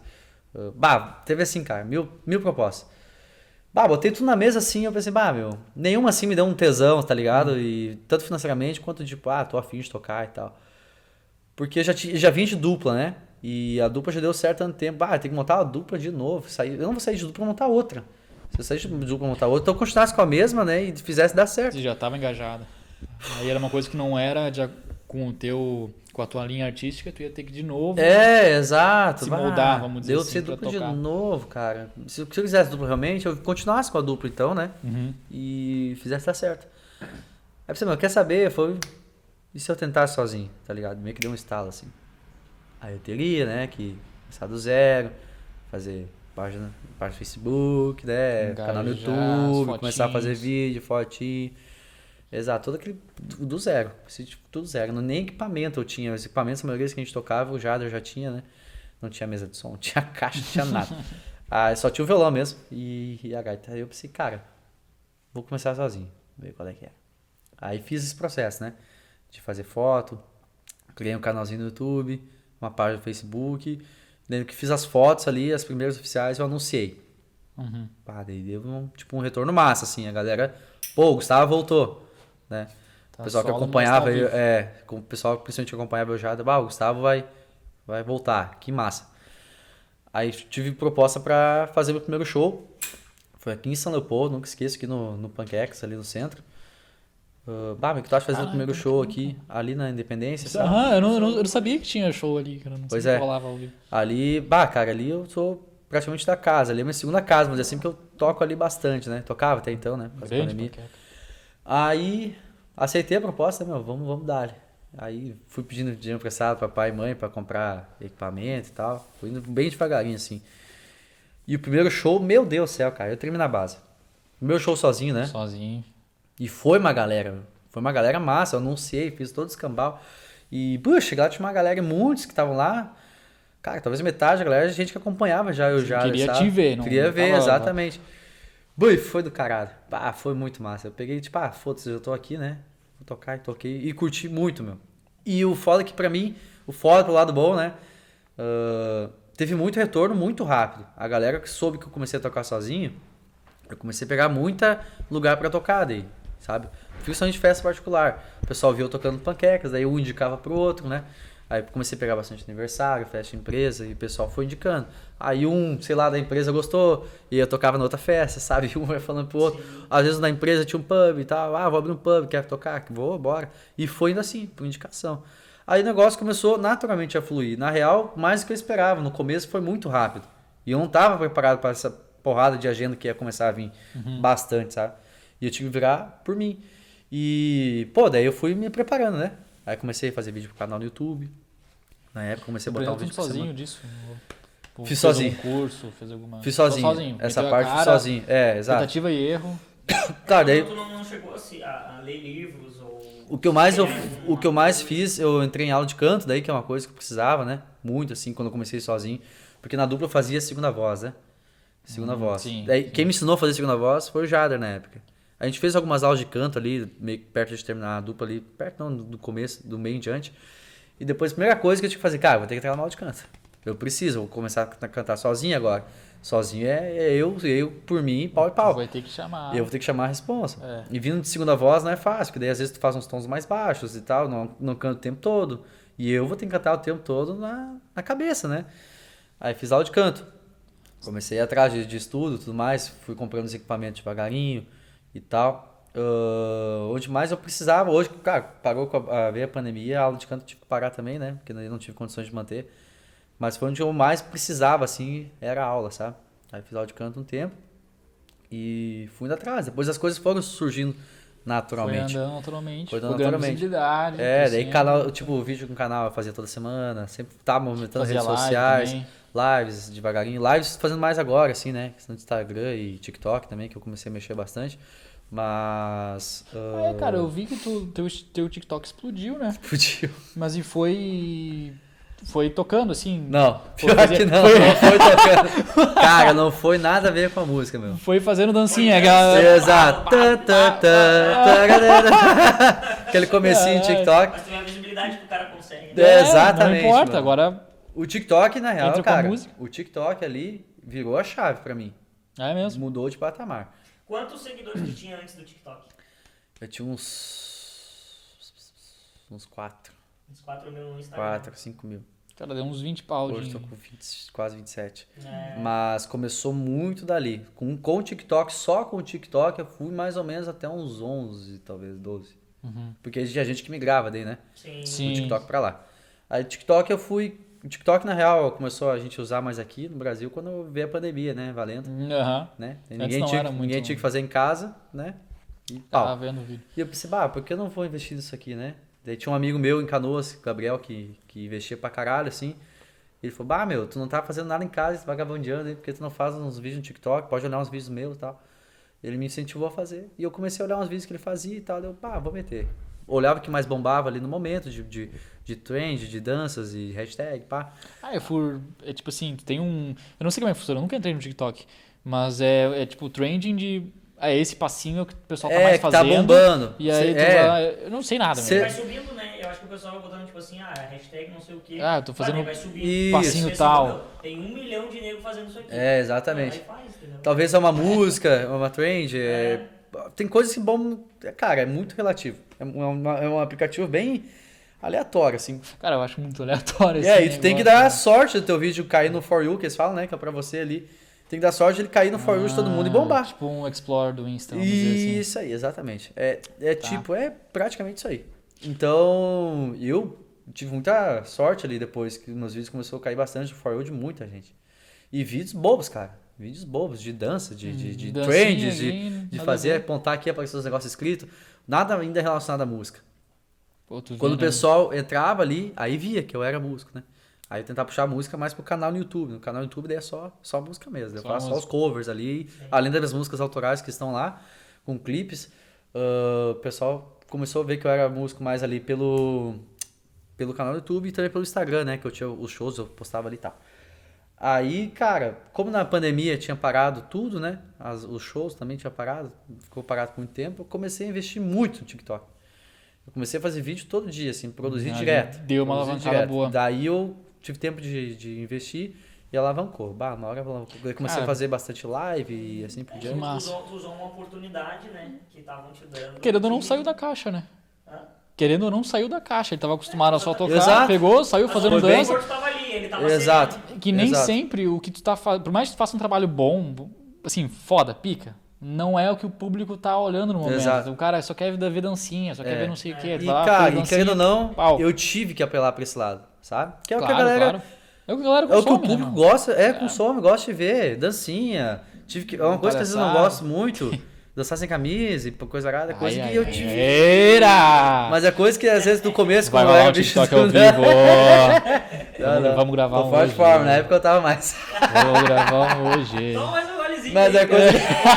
C: Teve assim, cara, mil propostas. Botei tudo na mesa assim, eu pensei, nenhuma assim me deu um tesão, tá ligado? E tanto financeiramente quanto tipo, tô afim de tocar e tal. Porque eu já vim de dupla, né? E a dupla já deu certo há tanto tempo. Tem que montar uma dupla de novo. Eu não vou sair de dupla pra montar outra. Se eu sair de dupla pra montar outra, então eu continuasse com a mesma, né? E fizesse dar certo.
A: você já tava engajada. Aí era uma coisa que não era com a tua linha artística, tu ia ter que de novo.
C: Exato.
A: Se moldar, vamos dizer
C: deu
A: assim,
C: ser
A: pra
C: dupla de
A: tocar.
C: novo, cara. Se eu quisesse dupla realmente, eu continuasse com a dupla então, né? E fizesse dar certo. Aí você, quer saber? E se eu tentasse sozinho, tá ligado? Meio que deu um estalo assim. Aí eu teria, né, que começar do zero, fazer página no Facebook, né, canal no
A: Engajar,
C: YouTube,
A: as
C: começar a fazer
A: fotinhos.
C: vídeo, fotinho. Exato, todo aquele do zero, assim, tipo, tudo zero. Nem equipamento eu tinha, os equipamentos, a maioria que a gente tocava, o Jader já tinha, né? Não tinha mesa de som, não tinha caixa, não tinha nada. Só tinha o violão mesmo e a gaita. Aí eu pensei, cara, vou começar sozinho, ver qual é que é. Aí fiz esse processo, né? De fazer foto, criei um canalzinho no YouTube, uma página no Facebook. Lembro que fiz as fotos ali, as primeiras oficiais, eu anunciei. Daí deu um retorno massa, assim. A galera, o Gustavo voltou, né?
A: Tá
C: O pessoal que
A: solo,
C: acompanhava,
A: mas tá ao vivo.
C: com o pessoal que principalmente acompanhava o Jada, o Gustavo vai voltar, que massa. Aí tive proposta pra fazer meu primeiro show. Foi aqui em São Leopoldo, nunca esqueço, aqui no Panqueques, ali no centro. Que tu acha de fazer o primeiro show aqui, ali na Independência, sabe?
A: Eu não sabia que tinha show ali, cara. Não
C: Pois
A: sabia
C: é.
A: que rolava ao vivo.
C: Ali, cara, ali eu sou praticamente da casa. Ali é minha segunda casa, mas assim, porque eu toco ali bastante, né? Tocava até então, né? Por causa da
A: Grande,
C: pandemia.
A: Panqueca.
C: Aí, aceitei a proposta, meu, vamos dar. Aí, fui pedindo dinheiro emprestado pra pai e mãe pra comprar equipamento e tal. Fui indo bem devagarinho, assim. E o primeiro show, meu Deus do céu, cara, eu tremi na base. Meu show sozinho, né?
A: Sozinho.
C: E foi uma galera, meu. Foi uma galera massa, eu anunciei, fiz todo o escambau. E, puxa, lá tinha uma galera, muitos que estavam lá. Cara, talvez metade da galera, gente que acompanhava já, eu já,
A: queria
C: sabe?
A: te ver, não
C: Queria ver,
A: tava-
C: exatamente. Bui, foi do caralho. Ah, foi muito massa. Eu peguei, tipo, foda-se, eu tô aqui, né? Vou tocar e toquei. E curti muito, meu. E o foda é que pra mim, o foda pro lado bom, né? Teve muito retorno muito rápido. A galera que soube que eu comecei a tocar sozinho, eu comecei a pegar muita lugar pra tocar daí, sabe? Principalmente festa particular. O pessoal viu eu tocando panquecas, daí um indicava pro outro, né? Aí comecei a pegar bastante aniversário, festa de empresa, e o pessoal foi indicando. Aí sei lá, da empresa gostou, e eu tocava na outra festa, sabe? Um vai falando pro outro. Às vezes na empresa tinha um pub e tal, vou abrir um pub, quer tocar? Vou, bora. E foi indo assim, por indicação. Aí o negócio começou naturalmente a fluir. Na real, mais do que eu esperava. No começo foi muito rápido. E eu não tava preparado para essa porrada de agenda que ia começar a vir bastante, sabe? E eu tive que virar por mim. E, pô, daí eu fui me preparando, né? Aí comecei a fazer vídeo pro canal no YouTube. Na época comecei a botar um vídeo por
A: sozinho
C: semana.
A: disso? Ou
C: Fiz
A: fez
C: sozinho.
A: algum curso, fez alguma...
C: Fiz sozinho. Essa
A: Meteu a
C: parte fiz
A: cara,
C: sozinho. É, exato.
A: Tentativa e erro.
C: Tá, daí
B: Tu não chegou a ler livros ou...
C: o que eu mais fiz, eu entrei em aula de canto, daí que é uma coisa que eu precisava, né? Muito assim, quando eu comecei sozinho. Porque na dupla eu fazia segunda voz, né? Segunda voz.
A: sim,
C: Daí,
A: sim.
C: quem me ensinou a fazer segunda voz foi o Jader na época. A gente fez algumas aulas de canto ali, meio que perto de terminar a dupla ali, perto não, do começo, do meio em diante. E depois a primeira coisa que eu tinha que fazer, cara, vou ter que entrar na aula de canto. Eu preciso, vou começar a cantar sozinho agora. Sozinho é eu por mim, pau e pau.
A: Vai ter que chamar.
C: Eu vou ter que chamar a responsa.
A: É.
C: E vindo de segunda voz não é fácil, porque daí às vezes tu faz uns tons mais baixos e tal, não canta o tempo todo. E eu vou ter que cantar o tempo todo na cabeça, né? Aí fiz aula de canto. Comecei a ir atrás de estudo e tudo mais, fui comprando os equipamentos devagarinho e tal. Onde mais eu precisava, hoje, cara, parou veio a pandemia, a aula de canto eu tive que parar também, né? Porque eu não tive condições de manter. Mas foi onde eu mais precisava, assim, era a aula, sabe? Aí fiz aula de canto um tempo e fui indo atrás. Depois as coisas foram surgindo naturalmente.
A: Foi andando naturalmente.
C: Foi andando
A: Foi ganhando
C: naturalmente.
A: visibilidade.
C: Daí
A: crescendo.
C: canal, tipo, vídeo com o canal eu fazia toda semana, sempre tava movimentando as
A: Fazia
C: redes
A: live
C: sociais,
A: também.
C: lives devagarinho, lives fazendo mais agora, assim, né? Questão de Instagram e TikTok também, que eu comecei a mexer bastante. Mas.
A: Cara, eu vi que teu TikTok explodiu, né?
C: Podia.
A: Mas e foi tocando, assim?
C: Não,
A: Foi
C: pior
A: fazer-
C: que não foi tocando. Cara, não foi nada a ver com a música, meu.
A: Foi fazendo dancinha. Aquela...
C: Exato. Tararara. Aquele comecinho de TikTok.
B: Mas tem uma visibilidade que o cara consegue.
C: Exatamente,
A: Não importa,
C: mano.
A: agora
C: O TikTok, na real,
A: Entra com a
C: cara,
A: música.
C: o TikTok ali virou a chave pra mim.
A: é mesmo.
C: Mudou de patamar.
B: Quantos seguidores tu tinha antes do TikTok?
C: Eu tinha uns 4,
B: Uns 4 mil no Instagram.
C: 4, 5 mil.
A: Cara, deu uns 20 pau
C: Hoje
A: de...
C: tô com 20, quase 27.
B: É.
C: Mas começou muito dali. Com o TikTok, só com o TikTok, eu fui mais ou menos até uns 11, talvez 12.
A: Uhum.
C: Porque tinha gente que migrava daí, né?
B: Sim.
A: Sim.
C: Do TikTok pra lá. Aí TikTok eu fui... O TikTok, na real, começou a gente usar mais aqui no Brasil quando veio a pandemia, né? Valendo,
A: Aham.
C: né?
A: Antes não era muito-
C: Ninguém tinha que fazer em casa, né? E
A: Tava
C: pau.
A: vendo o vídeo.
C: E eu pensei, por que eu não vou investir nisso aqui, né? Daí tinha um amigo meu em Canoas, Gabriel, que investia pra caralho, assim. Ele falou, meu, tu não tá fazendo nada em casa, tu vagabundeando aí, porque tu não faz uns vídeos no TikTok, pode olhar uns vídeos meus e tal. Ele me incentivou a fazer. E eu comecei a olhar uns vídeos que ele fazia e tal, eu, vou meter. Olhava o que mais bombava ali no momento, de trend, de danças e hashtag, pá.
A: É tipo assim, tem um... Eu não sei como é que funciona, eu nunca entrei no TikTok. Mas é tipo trending de... esse passinho é o que o pessoal tá mais
C: que tá
A: fazendo.
C: bombando.
A: E aí
C: Cê-
A: eu não sei nada,
C: Cê-
A: mesmo.
B: Vai subindo, né? Eu acho que o pessoal vai botando tipo assim, hashtag não sei o quê.
A: Eu tô fazendo
B: Daí vai subindo.
C: Isso.
A: passinho
B: Esse
A: tal.
B: nível, tem 1 milhão de negros fazendo isso aqui.
C: Exatamente.
B: Aí faz, entendeu?
C: Talvez é uma música, uma trend. Tem coisas que bombam. Cara, é muito relativo. É um aplicativo bem aleatório, assim.
A: Cara, eu acho muito aleatório
C: E
A: esse
C: aí, tu tem que
A: negócio,
C: dar
A: né?
C: sorte do teu vídeo cair no For You, que eles falam, né? Que é pra você ali. Tem que dar sorte de ele cair no For You de todo mundo e bombar.
A: Tipo um Explore do Insta, vamos dizer assim.
C: Isso aí, exatamente. É praticamente isso aí. Então, eu tive muita sorte ali depois que meus vídeos começaram a cair bastante no For You de muita gente. E vídeos bobos, cara. Vídeos bobos, de dança, de
A: Dancinha
C: trends,
A: ali,
C: de
A: nada a
C: fazer,
A: ver.
C: apontar aqui, aparecer os negócios escritos. nada ainda relacionado à música.
A: Pô, tu
C: Quando o
A: via, né?
C: pessoal entrava ali, aí via que eu era músico, né? Aí eu tentava puxar a música mais pro canal no YouTube. No canal no YouTube daí é só música mesmo. Eu
A: Só
C: faço só os
A: música.
C: covers ali, além das músicas autorais que estão lá, com clipes. O pessoal começou a ver que eu era músico mais ali pelo canal do YouTube e também pelo Instagram, né? Que eu tinha os shows, eu postava ali e tal. Aí, cara, como na pandemia tinha parado tudo, né? Os shows também tinha parado, ficou parado por muito tempo, eu comecei a investir muito no TikTok. Eu comecei a fazer vídeo todo dia, assim, produzir
A: Ali
C: direto.
A: deu uma
C: produzir
A: alavancada
C: direto.
A: boa.
C: Daí eu tive tempo de investir e alavancou. Bah, uma hora eu comecei
A: Cara,
C: a fazer bastante live e assim por
B: Tu
C: diante.
A: massa.
B: usou uma oportunidade, né? Que estavam te dando.
A: Querendo ou não,
B: E-
A: saiu da caixa, né?
B: Hã?
A: Querendo ou não, saiu da caixa. Ele tava acostumado a só tocar,
C: Exato.
A: pegou, saiu
B: Mas
A: fazendo
B: o
C: bem.
A: dança.
B: Porto tava ali, ele tava
C: Exato.
B: servindo.
A: Que nem
C: Exato.
A: sempre o que tu tá fazendo, por mais que tu faça um trabalho bom, assim, foda, pica, não é o que o público tá olhando no momento.
C: Exato.
A: O cara só quer ver dancinha, só quer ver não sei o que.
C: E, cara, querendo ou não,
A: pau.
C: eu tive que apelar pra esse lado, sabe? Que é o
A: Claro,
C: que a galera.
A: claro. É o que a galera
C: É o que o
A: consome, né,
C: público
A: meu?
C: gosta, consome, gosta de ver, dancinha. É uma coisa que às vezes eu não
A: Palhaçada.
C: gosto muito, dançar sem camisa e coisa arada, é coisa
A: Ai,
C: que eu
A: ai,
C: tive.
A: Eira!
C: Mas é coisa que às vezes no começo,
A: Vai
C: quando eu
A: rolar
C: era
A: um
C: bicho
A: TikTok ao
C: do-
A: vivo.
C: Não.
A: Vamos gravar
C: Tô
A: um
C: forte
A: hoje.
C: forma, na época eu tava mais.
A: Vou gravar um hoje.
B: Toma mais um golezinho.
C: Mas é coisa.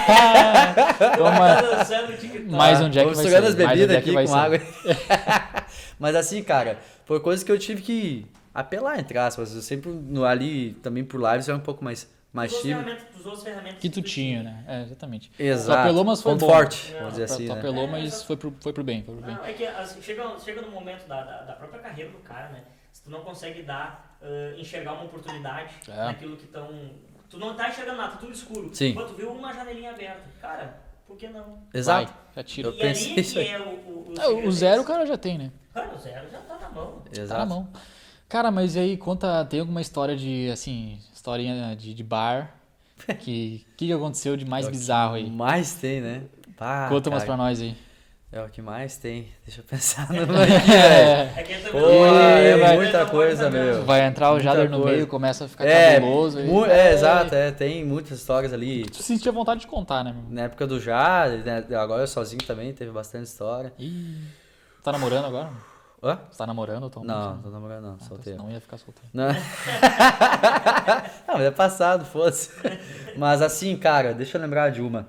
A: Toma
B: dançando no TikTok.
A: mais um Jack
C: Vamos
A: vai
C: misturando
A: ser.
C: as
A: Mais um
C: bebidas
A: Jack
C: aqui
A: vai
C: com
A: ser.
C: água. Mas assim, cara, foi coisa que eu tive que apelar, entre aspas. Eu sempre ali, também por lives, era um pouco mais tímido.
B: Usou as ferramentas
A: Que tu tinha, né? É, exatamente.
C: Exato.
A: Tu apelou, mas foi
C: Ponto
A: bom.
C: forte, vamos dizer assim,
A: Tu
C: né?
A: apelou, mas foi pro bem. Foi pro bem.
B: Não, é que assim, chega no momento da própria carreira do cara, né? Se tu não consegue enxergar uma oportunidade
A: É.
B: naquilo que estão. Tu não tá enxergando nada, tá tudo escuro.
C: Sim.
B: Pô, tu viu uma janelinha aberta. Cara, por que não?
C: Exato.
A: Vai, já tira.
C: Eu
B: E
C: pensei
B: ali
C: isso
B: que
C: aí.
B: é o
A: O zero o cara já tem, né?
B: Cara, o zero já tá na mão.
A: Tá na
C: Exato.
A: mão. Cara, mas e aí, tem alguma história de, assim, historinha de bar? Que aconteceu de mais
C: É o que
A: bizarro aí?
C: mais tem, né? Pá,
A: Conta umas
C: cara,
A: pra nós aí.
C: É o que mais tem. Deixa eu pensar no aqui, velho.
B: É que ele
C: Pô,
B: também
C: é
A: vai-
C: muita coisa, meu.
A: Vai entrar o
C: Muita
A: Jader no
C: coisa.
A: meio, começa a ficar
C: É,
A: cabuloso. aí.
C: exato, tem muitas histórias ali.
A: Tu sentia vontade de contar, né, meu?
C: Na época do Jade, né? Agora eu sozinho também, teve bastante história.
A: Ih, tá namorando agora?
C: Hã?
A: Você tá namorando atualmente?
C: Não,
A: né?
C: tô namorando não,
A: Ah,
C: solteiro.
A: Senão ia ficar solteiro.
C: Não. Não, mas é passado, fosse. Mas assim, cara, deixa eu lembrar de uma.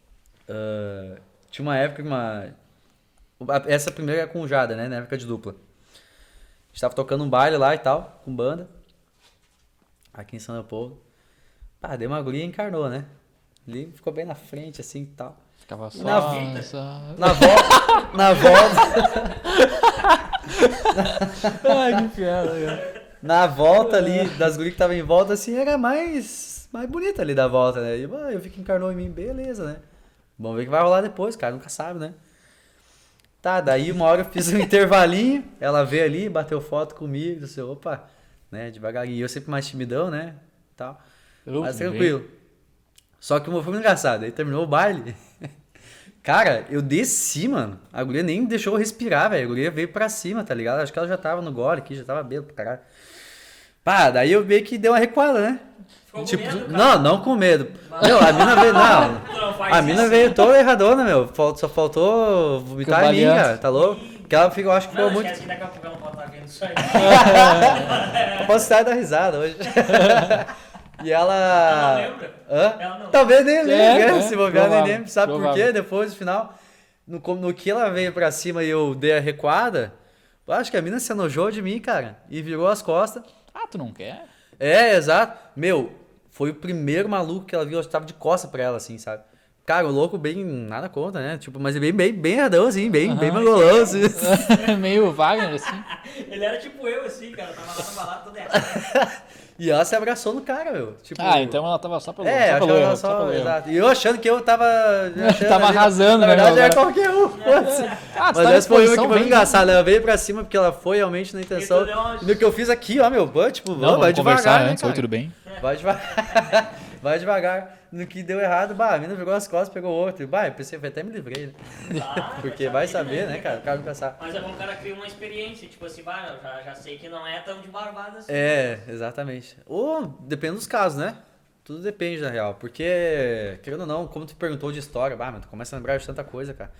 C: Tinha uma época que essa primeira é com o Jada, né? Na época de dupla. A gente tava tocando um baile lá e tal, com banda. Aqui em São Leopoldo. Pá, deu uma guria e encarnou, né? Ali ficou bem na frente, assim e tal.
A: Ficava só...
C: Na
B: vida.
C: Na volta.
A: Ai, que piada, cara.
C: Na volta ali, das gurias que estavam em volta, assim, era mais bonita ali da volta, né? E eu vi que encarnou em mim, beleza, né? Vamos ver o que vai rolar depois, cara, nunca sabe, né? Tá, daí uma hora eu fiz um intervalinho, ela veio ali, bateu foto comigo, disse, opa, né, devagarinho. E eu sempre mais timidão, né, tal. Mas tranquilo. Só que foi muito engraçado, aí terminou o baile. Cara, eu desci, mano. A guria nem deixou eu respirar, velho. A guria veio pra cima, tá ligado? Acho que ela já tava no gole aqui, já tava bêbado pra caralho. Pá, daí eu meio que deu uma recuada, né?
B: Ficou com
C: Tipo,
B: medo, cara?
C: não com medo. Meu, a mina veio, não.
B: Tu não faz
C: A mina
B: isso.
C: veio toda erradona, meu. Só faltou vomitar em mim,
A: Cambaleante.
C: cara. Tá louco? Porque ela ficou, eu acho que
B: Não,
C: ficou muito.
B: esquece que daqui a pouco ela não pode estar vendo isso aí.
C: Eu posso estar dar risada hoje. E ela.
B: Ela não lembra?
C: Hã?
B: Ela não.
C: Talvez nem lembre, né? Se bobear, nem
A: provável,
C: lembro. Sabe por
A: provável.
C: quê? Depois, no final, no que ela veio pra cima e eu dei a recuada, eu acho que a mina se enojou de mim, cara. E virou as costas.
A: Ah, tu não quer?
C: É, exato. Meu, foi o primeiro maluco que ela viu, eu tava de costa pra ela, assim, sabe? Cara, o louco bem, nada contra, né? Tipo, mas bem radão, assim, bem mangolão, assim.
A: Meio Wagner, assim.
B: Ele era tipo eu, assim, cara. Tava lá na balada toda errada.
C: E ela se abraçou no cara, meu. Tipo,
A: Ah, então ela tava só pelo
C: É,
A: só
C: acho que
A: pelo
C: ela
A: erro,
C: só,
A: pelo erro.
C: exato. E eu achando que eu tava...
A: Tava arrasando,
C: na
A: né,
C: verdade,
A: meu,
C: era
A: agora.
C: qualquer um. foda-se.
A: Ah, tu
C: Mas
A: tá
C: essa foi uma que
A: exposição,
C: foi
A: vem.
C: engraçada. Ela veio pra cima porque ela foi realmente na intenção.
B: deu uma-
C: E no que eu fiz aqui, ó, meu, tipo,
A: Não,
C: vai
A: vamos conversar
C: devagar, né,
A: antes. Oi,
C: cara?
A: tudo bem?
C: Vai devagar. Vai devagar. No que deu errado, a mina pegou as costas, pegou outro. Eu pensei, até me livrei, né? Porque vai saber, né, cara? O cara nunca sabe.
B: Mas é bom o cara cria uma experiência, tipo assim, eu já sei que não é tão de barbada assim.
C: É, exatamente. Ou depende dos casos, né? Tudo depende, na real. Porque, querendo ou não, como tu perguntou de história, mas tu começa a lembrar de tanta coisa, cara.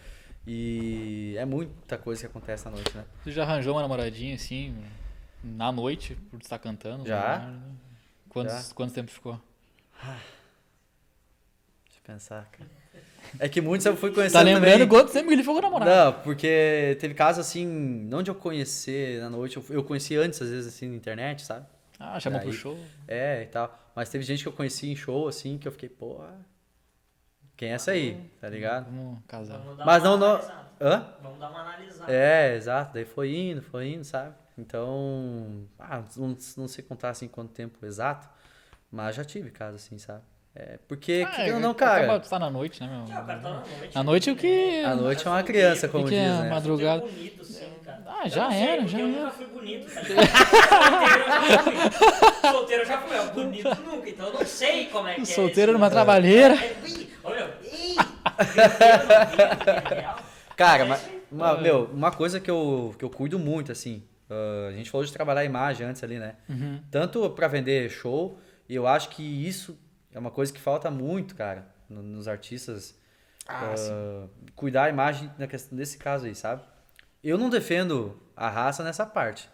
C: E é muita coisa que acontece na noite, né?
A: Você já arranjou uma namoradinha assim, na noite, por estar cantando?
C: Já.
A: No bar, né? Quanto tempo ficou?
C: Deixa eu pensar, cara. É que muitos eu fui conhecendo
A: Tá lembrando
C: também.
A: quanto tempo que ele ficou com a namorada?
C: Não, porque teve casos assim, não de eu conhecer na noite, eu conheci antes, às vezes, assim, na internet, sabe?
A: Ah, chamou
C: Daí-
A: pro show.
C: É, e tal. Mas teve gente que eu conheci em show, assim, que eu fiquei, pô, quem é essa aí? Tá ligado?
A: Vamos casar.
B: Vamos dar
C: Mas
B: uma
C: não.
B: analisada.
C: Hã?
B: Vamos dar uma analisada.
C: É, exato. Daí foi indo, sabe? Então, não sei contar assim quanto tempo exato, mas já tive caso assim, sabe? É, porque, querendo ou não, cara,
A: Acaba de estar na noite, né, meu?
B: Já, o cara tá na noite.
A: Na noite o que...
C: a noite é uma criança, como
A: que
C: diz,
A: é
C: né?
A: madrugada.
B: Bonito, sim, cara.
A: Ah,
B: Eu
A: já
B: não sei,
A: era,
B: porque
A: já
B: eu
A: era.
B: nunca fui bonito, cara. Solteiro eu já fui. Bonito nunca, então eu não sei como é que é.
A: Solteiro
B: esse
A: numa
B: mundo.
A: trabalheira.
B: Olha,
C: Cara, uma coisa que eu cuido muito, assim, a gente falou de trabalhar a imagem antes ali, né?
A: Uhum.
C: Tanto pra vender show, e eu acho que isso é uma coisa que falta muito, cara, nos artistas. Cuidar a imagem nesse caso aí, sabe? Eu não defendo a raça nessa parte.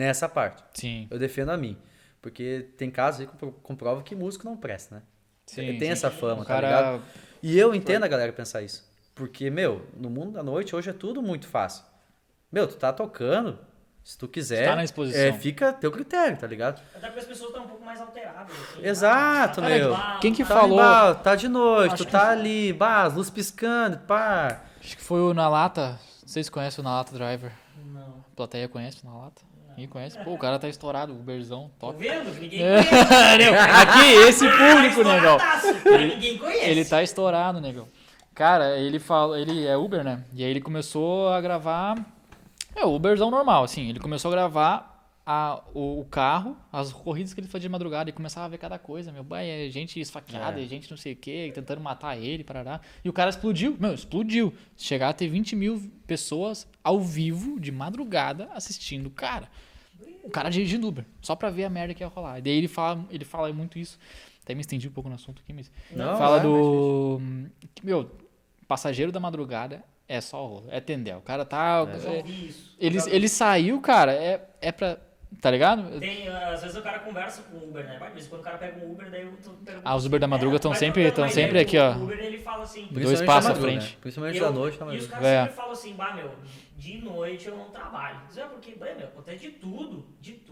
A: Sim.
C: Eu defendo a mim. Porque tem casos aí que comprova que músico não presta, né?
A: Sim,
C: tem
A: sim.
C: essa fama,
A: O
C: tá ligado?
A: cara...
C: E eu entendo a galera pensar isso. Porque, meu, no mundo da noite hoje é tudo muito fácil. Meu, tu tá tocando, se tu quiser,
A: Tá na exposição.
C: fica a teu critério, tá ligado?
B: Até porque as pessoas estão um pouco mais alteradas. Assim,
C: Exato,
B: tá
C: meu.
A: Quem que
C: Tá
A: falou?
C: ali, tá de noite,
A: Acho
C: tu
A: que
C: tá ali, as luzes piscando, pá.
A: Acho que foi o Na Lata. Vocês conhecem o Na Lata Driver?
B: Não.
A: A plateia conhece o Na Lata? Ninguém conhece? Pô, o cara tá estourado, o Uberzão,
B: Tô
A: top.
B: vendo? Ninguém
A: É.
B: conhece.
A: Aqui, esse público, negão.
B: Ninguém conhece.
A: Ele tá estourado, negão. Cara, ele é Uber, né? E aí ele começou a gravar... o Uberzão normal, assim. Ele começou a gravar o carro, as corridas que ele fazia de madrugada. E começava a ver cada coisa, meu. É gente esfaqueada, gente não sei o quê, tentando matar ele, parará. E o cara explodiu. Meu, explodiu. Chegar a ter 20 mil pessoas ao vivo, de madrugada, assistindo o cara. O cara dirigindo Uber, só pra ver a merda que ia rolar. E daí ele fala muito isso. Até me estendi um pouco no assunto aqui, mas...
C: Não,
A: fala do... Meu, passageiro da madrugada é só rolo, é tendel. O cara tá...
B: Eu já ouvi isso.
A: Ele saiu, cara, é pra... Tá ligado?
B: Às vezes o cara conversa com o Uber, né? Mas quando o cara pega um Uber, daí eu pergunto.
A: Os Uber da madruga estão
B: vai
A: sempre,
B: trocando uma ideia
A: aqui,
B: com
A: ó.
B: O Uber, ele fala assim...
A: Dois
C: Principalmente
A: passos
C: da
A: à
C: madruga,
A: frente.
C: né? Principalmente da noite, tá
B: E os
C: madruga.
B: caras
A: É.
B: sempre falam assim, meu, de noite eu não trabalho. Isso é porque, meu, acontece de tudo.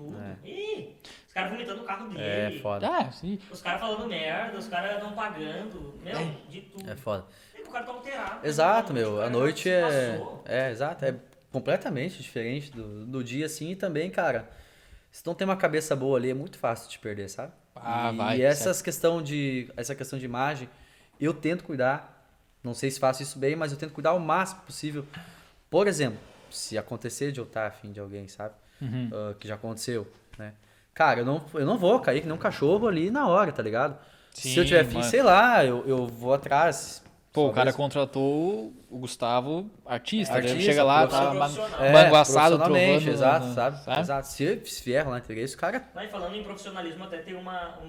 B: Ih, os caras vomitando o carro dele.
C: É foda.
A: Ah, sim.
B: Os caras falando merda, os caras não pagando. Meu, de tudo.
C: É foda.
B: E o cara tá alterado.
C: Exato,
B: né?
C: meu.
B: O cara
C: A noite
B: se
C: é.
B: passou.
C: É, exato. É completamente diferente do dia, assim. E também, cara, se não tem uma cabeça boa ali, é muito fácil de perder, sabe?
A: Vai.
C: E essa questão de imagem, eu tento cuidar. Não sei se faço isso bem, mas eu tento cuidar o máximo possível. Por exemplo, se acontecer de eu estar afim de alguém, sabe?
A: Uhum.
C: Que já aconteceu, né? Cara, eu não vou cair que nem um cachorro ali na hora, tá ligado?
A: Sim,
C: se eu tiver afim,
A: mas-
C: sei lá, eu vou atrás.
A: Pô, o cara
C: Talvez-
A: contratou o Gustavo artista. Daí
C: Artista,
A: chega lá, tá
B: profissional.
A: manguaçado,
C: profissionalmente,
A: trovando.
C: exato, sabe?
A: sabe?
C: Exato. Se vier lá entreguei, esse cara.
B: Mas falando em profissionalismo, até tem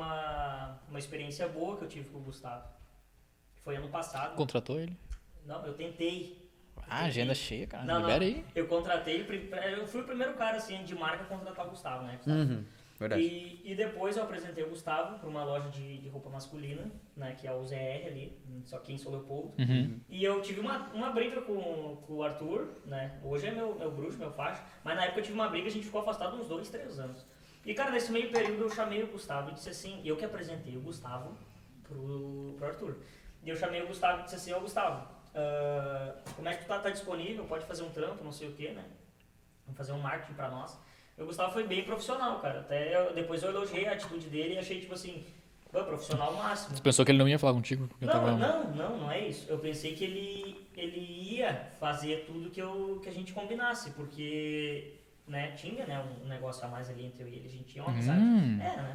B: uma experiência boa que eu tive com o Gustavo. Foi ano passado.
A: Contratou ele?
B: Não, eu tentei.
A: Agenda cheia, cara.
B: Não,
A: Libera aí.
B: eu contratei, eu fui o primeiro cara assim de marca a contratar o Gustavo, né?
C: Verdade.
B: E depois eu apresentei o Gustavo para uma loja de roupa masculina, né? Que é o ZR ali, só que em São Leopoldo.
A: Uhum.
B: E eu tive uma briga com o Arthur, né? Hoje é meu bruxo, meu faixa, mas na época eu tive uma briga, a gente ficou afastado uns 2, 3 anos. E cara, nesse meio período eu chamei o Gustavo e disse assim, eu que apresentei o Gustavo pro Arthur. E eu chamei o Gustavo e disse assim, ô Gustavo, como é que tu tá disponível? Pode fazer um trampo, não sei o que, né? Vamos fazer um marketing pra nós. E o Gustavo foi bem profissional, cara. Depois eu elogiei a atitude dele e achei tipo assim, profissional máximo.
A: Você pensou que ele não ia falar contigo? Porque
B: Não é isso. Eu pensei que ele ia fazer tudo que a gente combinasse, porque né, tinha né, um negócio a mais ali entre eu e ele, a gente tinha uma amizade. Né?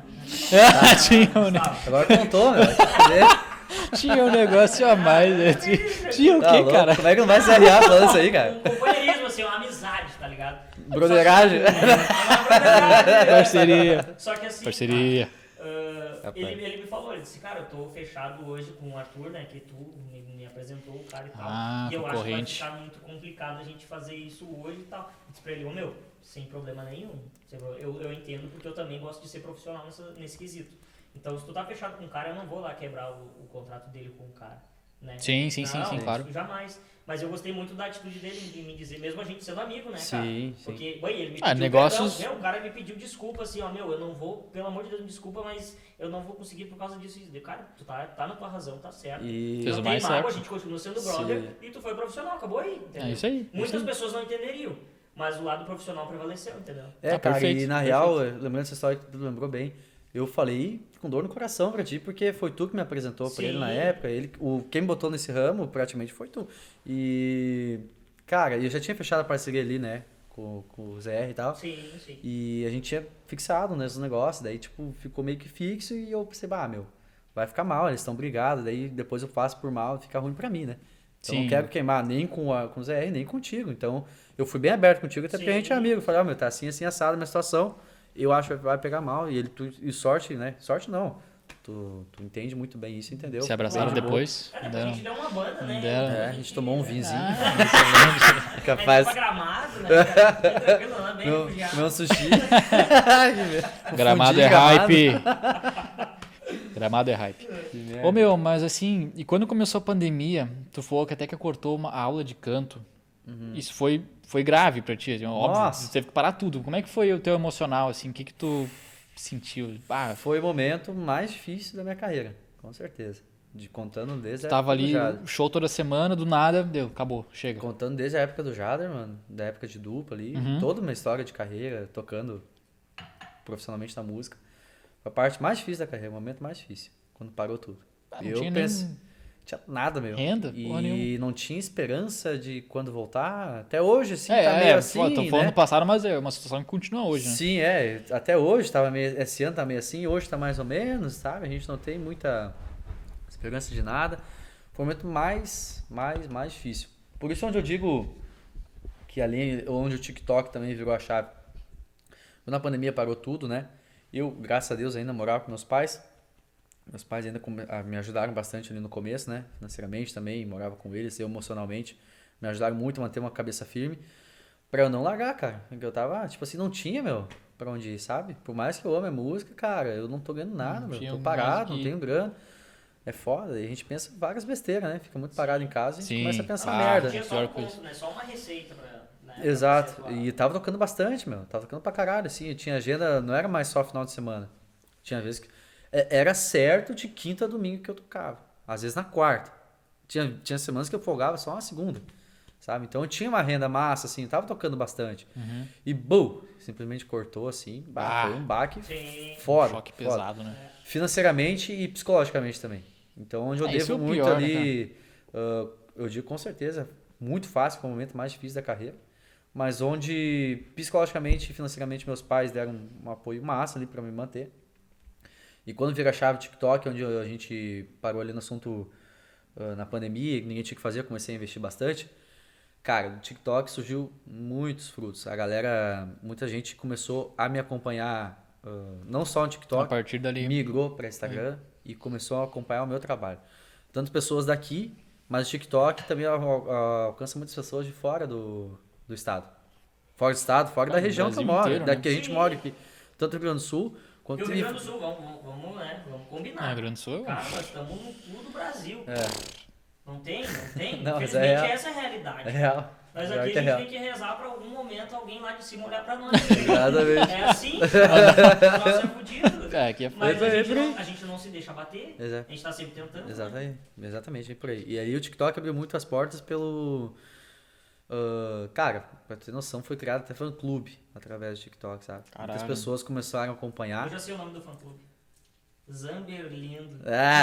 A: Tinha, né?
C: Agora contou, meu. Vai fazer.
A: Tinha um negócio a mais. Né? Tinha o
C: Tá
A: quê,
C: louco?
A: cara?
C: Como é que não vai se arriar falando isso aí, cara?
B: Um companheirismo, assim, uma amizade, tá ligado?
C: Broderagem?
B: Uma broderagem.
A: Parceria.
B: Só que assim,
A: Parceria.
B: ele me falou, ele disse, cara, eu tô fechado hoje com o Arthur, né, que tu me apresentou o cara e tal, e eu acho que vai ficar muito complicado a gente fazer isso hoje e tal. Eu disse pra ele, meu, sem problema nenhum, eu entendo porque eu também gosto de ser profissional nesse quesito. Então, se tu tá fechado com o cara, eu não vou lá quebrar o contrato dele com o cara, né?
A: Sim, claro.
B: Jamais. Mas eu gostei muito da atitude dele de me dizer, mesmo a gente sendo amigo, né, cara?
C: Sim.
B: Porque, ele me pediu
A: negócios...
B: perdão, o cara me pediu desculpa, assim, eu não vou, pelo amor de Deus, me desculpa, mas eu não vou conseguir por causa disso. Cara, tu tá na tua razão, tá certo.
A: Fez
B: não
A: o mais
B: tem mágoa,
A: certo.
B: a gente continua sendo brother e tu foi profissional, acabou aí, entendeu?
A: É isso aí.
B: Muitas pessoas não entenderiam, mas o lado profissional prevaleceu, entendeu?
C: Cara,
A: perfeito,
C: e na real, lembrando essa história que tu lembrou bem, eu falei com dor no coração pra ti, porque foi tu que me apresentou pra ele na época, quem me botou nesse ramo praticamente foi tu. E, cara, eu já tinha fechado a parceria ali, né, com o ZR e tal.
B: Sim.
C: E a gente tinha fixado nesses negócios, daí, tipo, ficou meio que fixo e eu pensei, vai ficar mal, eles estão brigados, daí depois eu faço por mal, fica ruim pra mim, né? Então não quero queimar nem com o ZR, nem contigo. Então, eu fui bem aberto contigo, até porque a gente é amigo. Eu falei, tá assim, assado a minha situação. Eu acho que vai pegar mal. E sorte, né? Sorte não. Tu entende muito bem isso, entendeu?
A: Se abraçaram depois.
B: A gente deu uma banda, né?
C: A gente tomou um vinzinho.
B: Capaz. Pra Gramado, né? Tranquilo, né? Bem refugiado.
C: Comeu um sushi.
A: Gramado é hype. Gramado é hype. Ô, mas assim, e quando começou a pandemia, tu falou que até que cortou uma aula de canto. Isso foi grave pra ti, assim, óbvio, tu teve que parar tudo. Como é que foi o teu emocional, assim, o que tu sentiu?
C: Foi o momento mais difícil da minha carreira, com certeza. Contando desde a época
A: tava ali,
C: do Jader.
A: show toda semana, do nada, acabou, chega.
C: Contando desde a época do Jader, mano, da época de dupla ali, toda uma história de carreira, tocando profissionalmente na música. Foi a parte mais difícil da carreira, o momento mais difícil, quando parou tudo. Tinha nada, meu.
A: Renda, porra nenhuma.
C: E não tinha esperança de quando voltar. Até hoje, assim, tá meio assim,
A: tô falando do passado, mas é uma situação que continua hoje, né?
C: Sim, até hoje, esse ano tá meio assim, hoje tá mais ou menos, sabe? A gente não tem muita esperança de nada. Foi o momento mais difícil. Por isso onde eu digo que ali, onde o TikTok também virou a chave. Quando a pandemia parou tudo, né? Eu, graças a Deus, ainda morava com meus pais. Meus pais ainda me ajudaram bastante ali no começo, né? Financeiramente também, morava com eles, eu emocionalmente. Me ajudaram muito a manter uma cabeça firme pra eu não largar, cara. Porque eu tava, tipo assim, não tinha, pra onde ir, sabe? Por mais que eu ame a música, cara, eu não tô ganhando nada, tô parado, não tenho grana. É foda, e a gente pensa várias besteiras, né? Fica muito parado em casa e começa a pensar merda.
B: Tinha só um ponto, né? Só uma receita
C: Exato, e tava tocando bastante, tava tocando pra caralho, assim, eu tinha agenda, não era mais só final de semana. Tinha vezes que era certo de quinta a domingo que eu tocava. Às vezes na quarta. Tinha semanas que eu folgava só na segunda. Sabe? Então eu tinha uma renda massa, assim, eu tava tocando bastante. E, simplesmente cortou, assim. Foi um baque foda.
A: Choque pesado, né?
C: Financeiramente e psicologicamente também. Então, onde eu devo muito
A: pior,
C: ali, eu digo com certeza, muito fácil, foi o momento mais difícil da carreira. Mas onde psicologicamente e financeiramente meus pais deram um apoio massa ali pra me manter. E quando vira a chave TikTok, onde a gente parou ali no assunto na pandemia, que ninguém tinha que fazer, eu comecei a investir bastante. Cara, do TikTok surgiu muitos frutos. A galera, muita gente começou a me acompanhar, não só no TikTok,
A: a partir dali
C: migrou para Instagram e começou a acompanhar o meu trabalho. Tanto pessoas daqui, mas o TikTok também alcança muitas pessoas de fora do estado. Fora do estado, fora da região que eu moro,
A: inteiro,
C: daqui
B: né?
C: a gente mora aqui. Tanto no Rio Grande do Sul,
B: Rio Grande do Sul, vamos combinar.
A: Rio Grande do Sul?
B: Cara, nós estamos no cu do Brasil. Não tem.
C: Não,
B: infelizmente essa é a realidade.
C: É real.
B: Nós aqui a gente tem que rezar pra algum momento alguém lá de cima olhar pra nós.
C: Exatamente.
B: É assim, o nosso é fudido.
A: Aqui é
B: Mas a gente não se deixa bater.
C: Exato.
B: A gente tá sempre tentando.
C: Exatamente, é por aí. E aí o TikTok abriu muito as portas pelo... cara, pra ter noção, foi criado até fã-clube através do TikTok, sabe?
A: Caralho.
C: Muitas pessoas começaram a acompanhar.
B: Eu já sei o nome do fã-clube. Zamberlindo.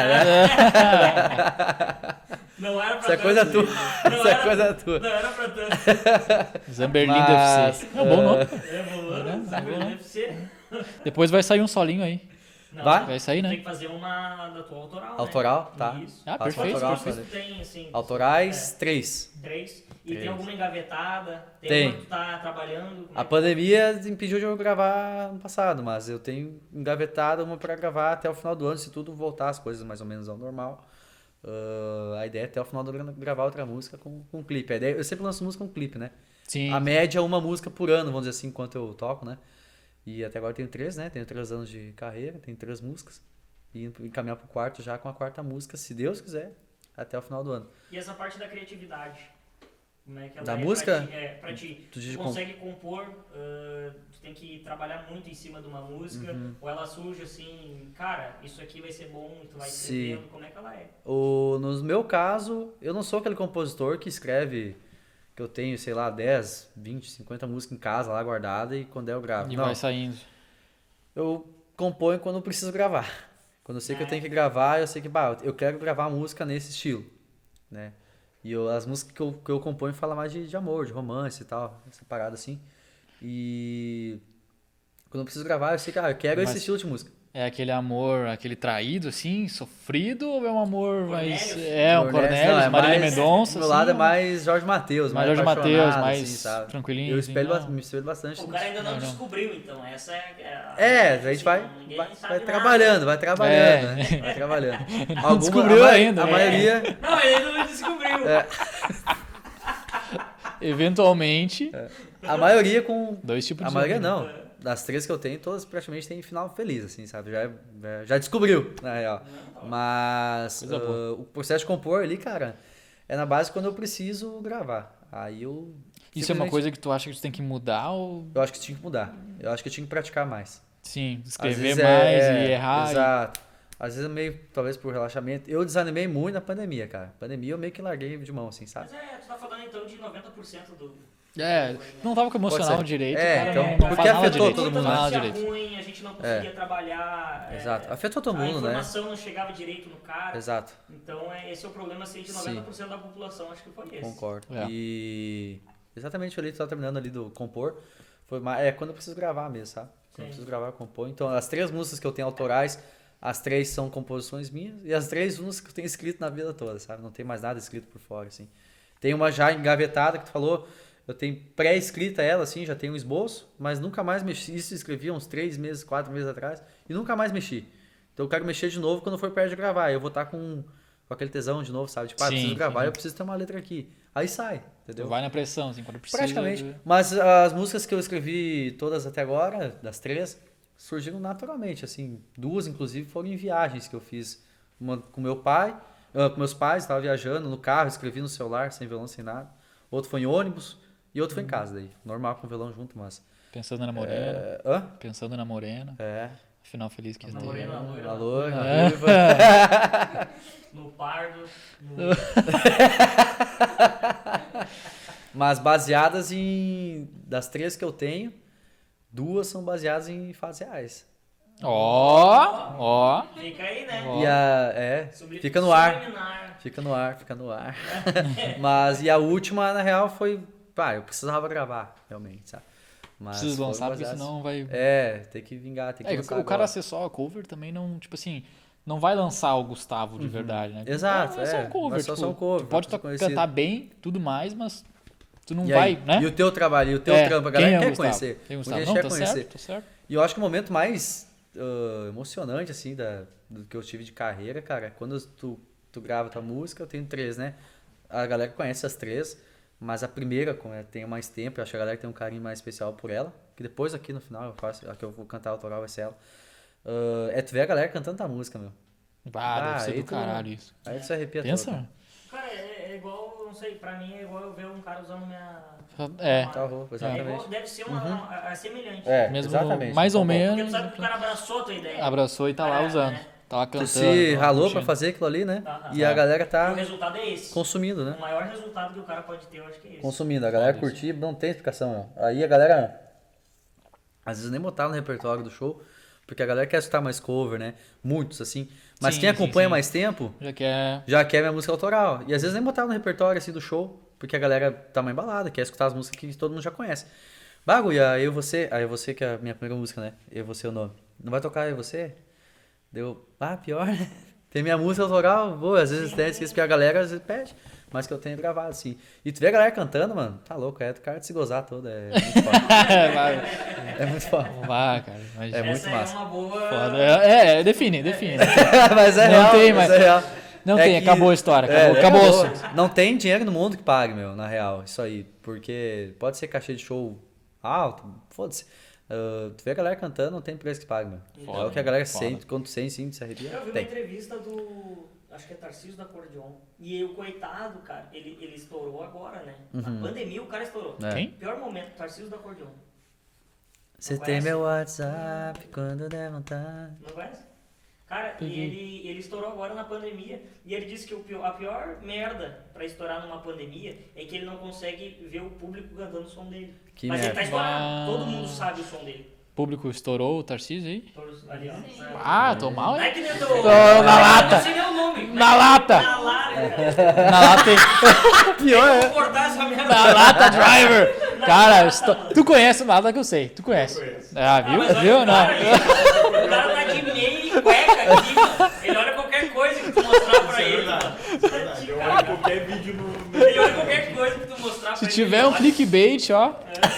B: Não era pra
C: Isso é coisa tua. Isso é coisa tua.
B: Não era pra tanto.
A: Zamberlindo FC. É um bom nome.
B: É bom, Zamberlindo FC.
A: Depois vai sair um solinho aí.
B: Não,
C: Vai
A: sair, né?
B: Tem que fazer uma da tua autoral,
C: Autoral,
B: né?
C: tá.
B: Isso.
A: Ah,
C: Faço
A: perfeito,
C: autoral,
A: perfeito.
C: fazer.
B: Tem, assim...
C: Autorais, 3.
B: 3. E
C: Três.
B: tem alguma engavetada?
C: Tem.
B: Uma que tu tá trabalhando? Como
C: A
B: é que-
C: pandemia impediu de eu gravar no passado, mas eu tenho engavetado uma pra gravar até o final do ano, se tudo voltar as coisas mais ou menos ao normal. A ideia é até o final do ano gravar outra música com clipe. A ideia, eu sempre lanço música com clipe, né?
A: Sim.
C: A média é uma música por ano, vamos dizer assim, enquanto eu toco, né? E até agora eu tenho 3, né? Tenho 3 anos de carreira, tenho 3 músicas. E encaminhar pro quarto já com a 4ª música, se Deus quiser, até o final do ano.
B: E essa parte da criatividade? Como é que ela
C: Da
B: é
C: música?
B: Pra ti?
C: Tu diz
B: Tu
C: de
B: consegue compor, tu tem que trabalhar muito em cima de uma música, ou ela surge assim, cara, isso aqui vai ser bom, e tu vai
C: Sim.
B: escrevendo, como é que ela é?
C: No meu caso, eu não sou aquele compositor que escreve, que eu tenho, sei lá, 10, 20, 50 músicas em casa lá guardada e quando eu gravo.
A: E
C: Não,
A: vai saindo.
C: eu componho quando eu preciso gravar. Quando eu sei que eu tenho que gravar, eu sei que, eu quero gravar música nesse estilo, né? E as músicas que eu componho falam mais de amor, de romance e tal, essa parada assim. E quando eu preciso gravar, eu sei que, eu quero esse
A: Mas-
C: estilo de música.
A: É aquele amor, aquele traído, assim, sofrido, ou é um amor mais...
B: Cornélio?
A: É, um Cornélio,
C: não,
A: Marília
C: mais-
A: Mendonça,
C: Do meu
A: assim,
C: lado é
A: ou-
C: mais Jorge Mateus,
A: mais Jorge
C: apaixonado,
A: Mateus, mais
C: assim, sabe?
A: tranquilinho,
C: Eu
A: assim,
C: espelho,
A: não.
C: me espelho bastante.
B: O cara ainda não
A: Não, não.
B: descobriu, então, essa
C: A gente vai
B: ninguém sabe
C: vai
B: nada.
C: trabalhando, né? Vai trabalhando.
A: descobriu ainda.
C: A maioria...
B: Não, ele não descobriu.
A: Eventualmente,
C: A maioria com...
A: dois tipos
C: A
A: de
C: maioria
A: amor.
C: não. Das 3 que eu tenho, todas praticamente têm final feliz, assim, sabe? Já descobriu, na real. Mas
A: Coisa boa.
C: o processo de compor ali, cara, é na base quando eu preciso gravar. Aí eu...
A: Isso é uma
C: simplesmente-
A: coisa que tu acha que tu tem que mudar ou...
C: Eu acho que tinha que mudar. Eu acho que eu tinha que praticar mais.
A: Sim,
C: Às
A: escrever
C: vezes
A: mais e errar.
C: Exato. Às vezes é meio, talvez por relaxamento. Eu desanimei muito na pandemia, cara. Pandemia eu meio que larguei de mão, assim, sabe?
B: Mas tu tá falando então de 90% do...
A: Não tava com o emocional
C: ser.
A: direito,
C: É,
A: cara,
C: então,
A: não
C: porque
A: faz nada
C: afetou
A: direito.
C: todo
B: Muita
C: mundo,
A: Não faz nada
B: notícia
A: direito.
B: ruim, a gente não conseguia trabalhar.
C: Exato. Afetou todo
B: A
C: mundo, né?
B: informação não chegava direito no cara.
C: Exato.
B: Então esse é o problema assim, de 90% da população, acho que foi esse.
C: Concordo.
A: É.
C: E exatamente ali, tu tá terminando ali do compor. Quando eu preciso gravar mesmo, sabe? Quando
B: Sim.
C: eu preciso gravar, eu compor. Então, as 3 músicas que eu tenho autorais, as 3 são composições minhas. E as 3 músicas que eu tenho escrito na vida toda, sabe? Não tem mais nada escrito por fora, assim. Tem uma já engavetada que tu falou, eu tenho pré-escrita ela, assim, já tenho um esboço, mas nunca mais mexi. Isso eu escrevi uns 3 meses, 4 meses atrás, e nunca mais mexi. Então eu quero mexer de novo quando for perto de gravar. Eu vou estar com aquele tesão de novo, sabe? Tipo,
A: Sim,
C: preciso gravar,
A: sim.
C: eu preciso ter uma letra aqui. Aí sai,
A: Tu
C: entendeu?
A: vai na pressão, assim, quando precisa.
C: Praticamente. Mas as músicas que eu escrevi todas até agora, das 3, surgiram naturalmente, assim. 2, inclusive, foram em viagens que eu fiz. Uma com meu pai, com meus pais, estava viajando no carro, escrevi no celular, sem violão, sem nada. Outro foi em ônibus e outro foi em casa daí. Normal com violão junto, mas...
A: Pensando na morena.
C: Hã?
A: Pensando na morena.
C: É.
A: Final feliz que
B: Na
A: teve.
B: morena, na loira,
C: A
B: na-
C: loira,
A: É.
C: a ruiva.
B: no pardo, no...
C: Mas baseadas em... Das 3 que eu tenho, 2 são baseadas em fatos reais.
A: Ó.
B: Fica aí, né?
A: Ó.
C: E
B: Subli-
C: fica no ar.
B: subliminar.
C: Fica no ar. Mas, e a última, na real, foi... eu precisava gravar, realmente, sabe? Mas
A: Preciso
C: foram
A: lançar, porque
C: baseadas-
A: senão vai...
C: Tem que vingar, tem que
A: É,
C: lançar
A: o cara
C: agora.
A: ser só cover também não, tipo assim, não vai lançar o Gustavo de verdade, né?
C: Exato,
A: é só
C: é.
A: um cover,
C: Vai só
A: tipo,
C: ser um cover,
A: tu pode
C: vai ser conhecido.
A: cantar bem, tudo mais, mas tu não
C: E
A: vai,
C: aí?
A: né?
C: E o teu trabalho, e o teu
A: É,
C: trampo, a
A: quem
C: galera
A: é o
C: quer
A: Gustavo?
C: conhecer.
A: Quem é o
C: Muita
A: Gustavo?
C: gente
A: Não,
C: quer
A: tá
C: conhecer.
A: certo, tá certo.
C: E eu acho que o momento mais emocionante, assim, do que eu tive de carreira, cara, é quando tu grava tua música, eu tenho 3, né? A galera conhece as 3, mas a primeira, como tem mais tempo, eu acho que a galera tem um carinho mais especial por ela, que depois aqui no final a que eu vou cantar autoral vai ser ela. Tu vê a galera cantando tua música, meu.
A: Deve ser
C: aí
A: do
C: tu-
A: caralho isso.
C: Aí tu se arrepia
A: Pensa,
C: todo.
A: mano.
B: Cara, é igual, não sei, pra mim é igual eu ver um cara usando minha...
A: É,
C: Tá roupa, exatamente.
B: Deve ser é semelhante.
A: mesmo
C: exatamente.
A: mais ou
C: Tá bom.
B: Porque tu
A: menos,
B: sabe que o cara abraçou a tua ideia.
A: abraçou e tá lá
B: É,
A: usando.
B: né?
A: Tá lá
C: Tu
A: cantando.
C: se
A: tá
C: ralou pra
A: curtindo.
C: fazer aquilo ali, né?
B: Tá,
C: E a galera
B: E o
C: tá
B: resultado é esse.
C: consumindo, né?
B: O maior resultado que o cara pode ter, eu acho que é esse.
C: Consumindo. A galera curtir, não tem explicação, meu. Aí a galera, às vezes nem botar no repertório do show, porque a galera quer escutar mais cover, né? Muitos, assim. Mas
A: Sim,
C: quem
A: sim,
C: acompanha
A: sim.
C: mais tempo,
A: Já que é...
C: já quer minha música autoral. E às vezes nem botar no repertório, assim, do show, porque a galera tá mais embalada, quer escutar as músicas que todo mundo já conhece. Bagulho, aí você que é a minha primeira música, né? Eu, Você, o nome. Não vai tocar Eu, Você? Deu, pior, né? Tem minha música autoral, boa, às vezes tem, esquece que a galera às vezes pede, mas que eu tenho gravado, assim. E tu vê a galera cantando, mano, tá louco, é do cara de se gozar todo, é muito foda. É muito foda.
A: Vá, cara. Mas...
C: É muito
B: Essa
C: massa.
B: é uma boa...
A: Foda. Define.
C: Mas é
A: Não
C: real,
A: tem,
C: mas
A: mas-
C: é real.
A: Não
C: É
A: tem,
C: que-
A: acabou a história.
C: É,
A: Acabou o
C: acabou.
A: assunto.
C: Não tem dinheiro no mundo que pague, meu, na real, isso aí. Porque pode ser cachê de show alto, foda-se. Tu vê a galera cantando, não tem preço que pague, meu.
A: Foda,
C: É o que a galera
A: foda.
C: sente, quando tu sente, se arrepia,
B: Eu vi uma
C: tem.
B: entrevista do... Acho que é Tarcísio da Acordeon. E o coitado, cara, ele estourou agora, né? Na pandemia o cara estourou.
C: É.
A: Quem?
B: Pior momento, Tarcísio da Acordeon.
C: Você
B: Não
C: tem
B: conhece?
C: meu WhatsApp quando der vontade.
B: Não conhece? Cara, e ele estourou agora na pandemia. E ele disse que a pior merda pra estourar numa pandemia é que ele não consegue ver o público cantando o som dele.
C: Que
B: Mas ele
C: merda.
B: tá estourado.
A: Ah.
B: Todo mundo sabe o som dele.
A: O público estourou o Tarcísio aí?
B: Todos ali, ó.
A: Ah, tô mal,
B: Não é
A: hein?
B: que nem do...
A: Tô na lata.
B: Não sei nem o nome.
A: Na lata.
B: Na lata, cara.
A: Na lata,
C: Pior,
B: Eu vou cortar essa merda.
A: na lata driver. Cara, tu conhece o Nada que eu sei. Tu conhece. Ah, viu?
B: Mas olha
A: Viu?
B: o
A: Não.
B: cara ali, o cara tá de meia e cueca aqui, mano. Ele olha qualquer coisa que tu mostrar pra ele, mano.
D: Eu olho qualquer vídeo no.
B: Ele olha qualquer coisa que tu mostrar pra
A: Se
B: ele.
A: tiver
B: ele
A: um
B: olha.
A: clickbait, ó.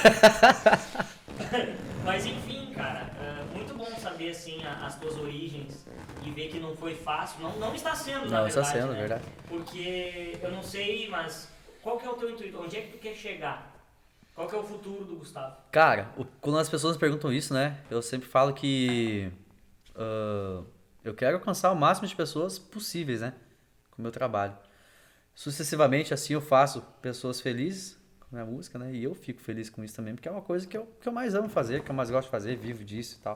B: Mas enfim, cara, muito bom saber assim as tuas origens e ver que não foi fácil. Não está sendo, na
C: Não,
B: verdade.
C: está sendo,
B: né?
C: verdade.
B: Porque eu não sei, mas qual que é o teu intuito? Onde é que tu quer chegar? Qual que é o futuro do Gustavo?
C: Cara, quando as pessoas perguntam isso, né? Eu sempre falo que eu quero alcançar o máximo de pessoas possíveis, né? Com o meu trabalho. Sucessivamente, assim, eu faço pessoas felizes com a minha música, né? E eu fico feliz com isso também, porque é uma coisa que eu mais amo fazer, que eu mais gosto de fazer, vivo disso e tal.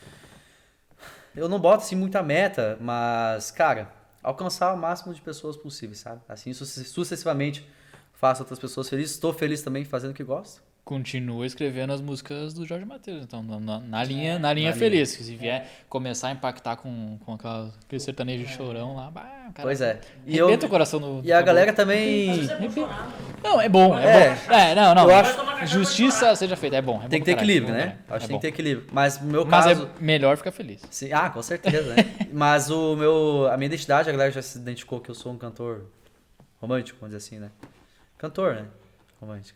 C: Eu não boto, assim, muita meta, mas, cara, alcançar o máximo de pessoas possíveis, sabe? Assim, sucessivamente, faço outras pessoas felizes. Estou feliz também fazendo o que gosto.
A: Continua escrevendo as músicas do Jorge Mateus, então, na linha feliz. Que se vier começar a impactar com aquele sertanejo chorão lá, bah, cara,
C: Pois é.
A: arrebenta o coração do
C: E a
A: caboclo.
C: galera também...
B: Você é apaixonado.
A: Não, é bom,
C: É.
A: bom. Não.
C: Eu acho-
A: Justiça seja feita, é bom.
C: Tem que ter equilíbrio, né? Acho que tem que ter equilíbrio. Mas no meu caso...
A: Mas é melhor ficar feliz.
C: Sim, com certeza, né? Mas a minha identidade, a galera já se identificou que eu sou um cantor romântico, vamos dizer assim, né? Cantor, né? Romântico.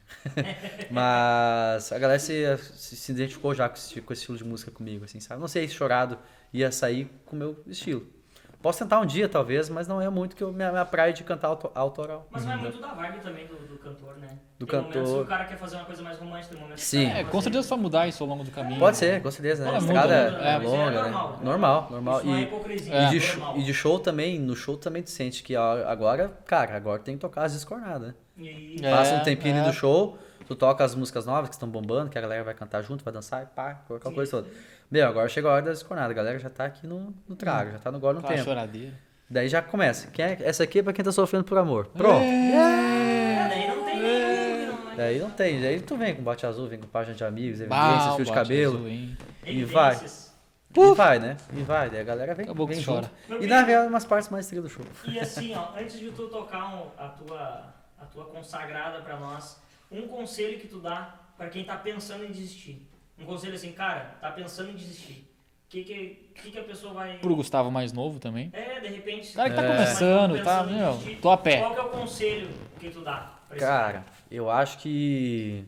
C: Mas a galera se identificou já com esse estilo de música comigo, assim, sabe? Não sei se Chorado ia sair com o meu estilo. Posso tentar um dia, talvez, mas não é muito que minha praia de cantar autoral.
B: Mas vai muito da vibe também do cantor, né?
C: Do
B: tem momentos que
C: cantor.
B: o cara quer fazer uma coisa mais romântica, tem momentos
C: Sim.
B: que o cara quer
A: Com
B: fazer-
A: certeza vai mudar isso ao longo do caminho.
C: Pode ser, com certeza, né? A
A: Muda,
C: estrada
A: muda,
C: é
A: mas
C: longa,
B: é
C: né?
B: normal.
C: Normal.
B: Isso não é
C: E,
B: hipocrisia.
C: e de show também, no show também tu sente que agora tem que tocar as descornadas, né?
B: E
C: Passa um tempinho ali
A: é.
C: do show, tu toca as músicas novas que estão bombando, que a galera vai cantar junto, vai dançar e pá, aquela coisa toda. Meu, agora chega a hora das descornadas, a galera já tá aqui no trago, já tá no gole no
A: Aquela
C: tempo.
A: choradeira.
C: Daí já começa. Essa aqui é pra quem tá sofrendo por amor. Pronto.
B: daí não tem nem dúvida, não.
C: Daí não tem, daí tu vem com bote azul, vem com página de amigos,
A: Bah,
C: evidências, fio de
A: bote
C: cabelo.
A: azul, hein?
C: E vai.
B: Evidências.
C: E vai, né? E vai. Daí a galera vem,
A: Acabou que
C: vem
A: chora.
C: junto. E na real, umas partes mais tristes do show.
B: E assim, ó, antes de tu tocar a tua consagrada pra nós, um conselho que tu dá pra quem tá pensando em desistir. Um conselho assim, cara, tá pensando em desistir. O que a pessoa vai...
A: Pro Gustavo mais novo também.
B: de repente...
A: Cara que tá
C: É.
A: começando, tá,
B: pensando em
A: meu,
B: desistir,
A: tô a pé.
B: Qual que é o conselho que tu dá pra esse
C: Cara, eu acho que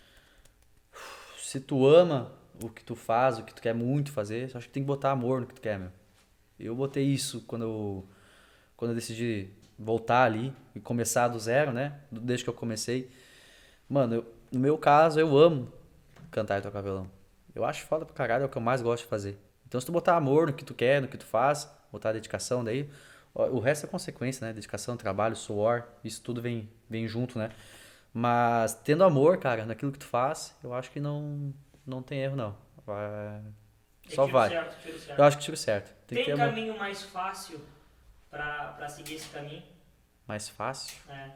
C: se tu ama o que tu faz, o que tu quer muito fazer, eu acho que tem que botar amor no que tu quer, meu. Eu botei isso quando eu decidi voltar ali e começar do zero, né? Desde que eu comecei. Mano, no meu caso, eu amo cantar e tocar violão. Eu acho foda pra caralho, é o que eu mais gosto de fazer. Então, se tu botar amor no que tu quer, no que tu faz, botar dedicação daí, o resto é consequência, né? Dedicação, trabalho, suor, isso tudo vem junto, né? Mas tendo amor, cara, naquilo que tu faz, eu acho que não tem erro, não. Só
B: tiro
C: vai.
B: certo, tiro certo.
C: Eu acho que tiro certo. Tem que
B: Tem
C: ter amor.
B: caminho mais fácil pra seguir esse caminho?
C: Mais fácil?
B: É.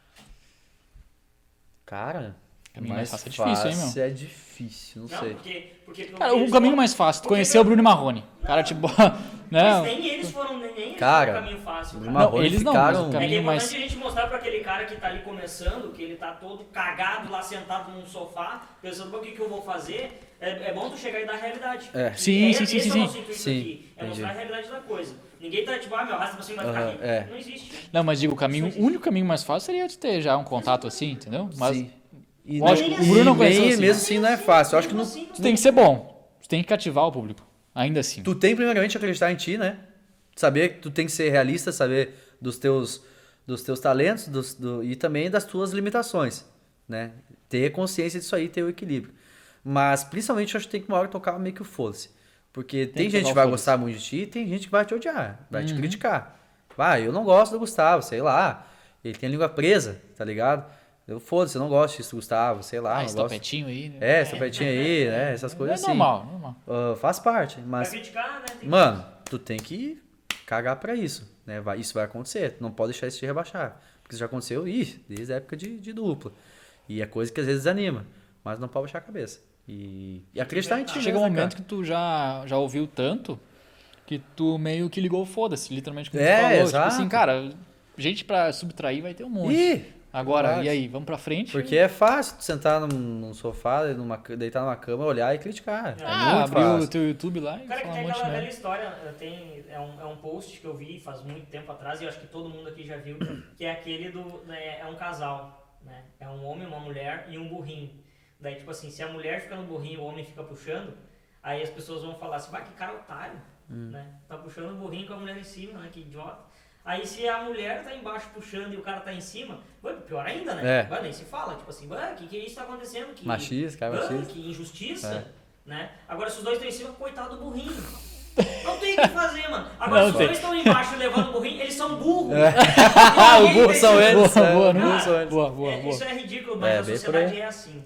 C: Cara,
A: Caminho mais fácil é difícil, hein, meu?
C: É difícil, não sei.
B: Porque
A: Cara, o caminho mais fácil, tu conhecer o Bruno Marrone. O cara te Não.
B: Mas nem eles foram
C: Cara,
B: o caminho fácil. Cara.
C: Marrone
A: eles não,
C: ficaram...
A: mas o
B: É que é
A: caminho
B: importante
A: mais...
B: a gente mostrar pra aquele cara que tá ali começando, que ele tá todo cagado lá sentado num sofá, pensando, o que eu vou fazer? É bom tu chegar e dar a realidade.
A: Sim.
B: Esse é o nosso intuito
C: Sim,
B: aqui, é
C: entendi.
B: mostrar a realidade da coisa. Ninguém tá tipo, meu, arrasta pra cima e vai ficar
C: Aham,
B: aqui.
C: é.
B: Não existe.
A: Não, mas digo, o único caminho mais fácil seria tu ter já um contato assim, entendeu? Mas
C: Sim. E
A: lógico,
C: nem-
A: o Bruno não
C: e
A: conheceu
C: nem-
A: assim.
C: mesmo assim não é fácil. Eu acho que não,
B: Assim,
A: tu tem que ser bom. Tu tem que cativar o público. Ainda assim.
C: tu tem primeiramente acreditar em ti, né? Saber que tu tem que ser realista, saber dos teus talentos e também das tuas limitações, né? Ter consciência disso aí, ter o equilíbrio. Mas principalmente eu acho que tem que uma hora tocar meio que o foda-se. Porque tem
A: que
C: gente
A: tocar
C: que
A: o
C: vai
A: foda-se.
C: gostar muito de ti e tem gente que vai te odiar, vai te criticar. Eu não gosto do Gustavo, sei lá. Ele tem a língua presa, tá ligado? Eu foda-se, eu não gosto disso, Gustavo, sei lá.
A: Esse
C: não gosto.
A: tapetinho aí, né?
C: Esse tapetinho aí, né? Essas coisas
A: É
C: assim.
A: normal.
C: Faz parte,
B: Vai
C: mas...
B: criticar, né? Tem
C: Mano, tu tem que cagar pra isso, né? Isso vai acontecer, tu não pode deixar isso te rebaixar. Porque isso já aconteceu, desde a época de dupla. E é coisa que às vezes desanima, mas não pode baixar a cabeça. E acreditar em ti
A: Chega um
C: mesmo, né,
A: momento
C: cara?
A: que tu já ouviu tanto que tu meio que ligou o foda-se, literalmente como
C: É,
A: tu falou.
C: exato.
A: Tipo assim, cara, gente pra subtrair vai ter um monte.
C: Ih,
A: Agora,
C: verdade.
A: e aí, vamos pra frente?
C: porque é fácil tu sentar num sofá, deitar numa cama, olhar e criticar. É muito
A: abrir o
C: fácil.
A: teu YouTube lá e
B: Cara, que
A: falar
B: tem
A: um monte de
B: aquela velha
A: merda.
B: história, é um post que eu vi faz muito tempo atrás e eu acho que todo mundo aqui já viu, que é aquele é um casal, né? É um homem, uma mulher e um burrinho. Daí, tipo assim, se a mulher fica no burrinho e o homem fica puxando, aí as pessoas vão falar assim, vai, que cara otário, né? Tá puxando o burrinho com a mulher em cima, né? Que idiota. Aí se a mulher tá embaixo puxando e o cara tá em cima, pior ainda, né?
C: É.
B: Nem se fala, tipo assim, que isso tá acontecendo? Que,
C: Machista, cara machista.
B: Que injustiça,
C: É.
B: né? Agora se os dois estão em cima, coitado do burrinho. Não tem o que fazer, mano. Agora
A: Não
B: se os
A: tem.
B: dois estão embaixo levando o burrinho, eles são burros.
C: O burro são eles.
A: Boa, boa,
C: o burro
A: não.
C: são eles.
A: Boa.
B: Isso é ridículo, mas
C: É,
B: a
C: bem por
B: sociedade
C: aí.
B: é assim.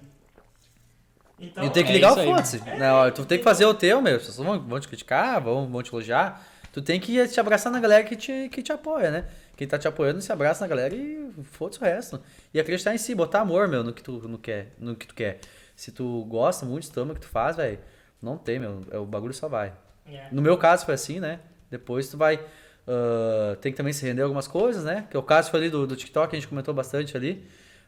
B: Então,
C: E tem que
A: É
C: ligar
A: isso
C: o
A: aí.
C: foda-se. Né? Ó, tu tem que fazer o teu, meu. As pessoas vão te criticar, vão te elogiar. Tu tem que te abraçar na galera que te apoia, né? Quem tá te apoiando se abraça na galera e foda-se o resto. E acreditar em si, botar amor, meu, no que tu quer. Se tu gosta muito, se tu ama o que tu faz, velho, não tem, meu. O bagulho só vai.
B: é.
C: No meu caso foi assim, né? Depois tu vai... tem que também se render algumas coisas, né? Que é o caso foi ali do TikTok, a gente comentou bastante ali.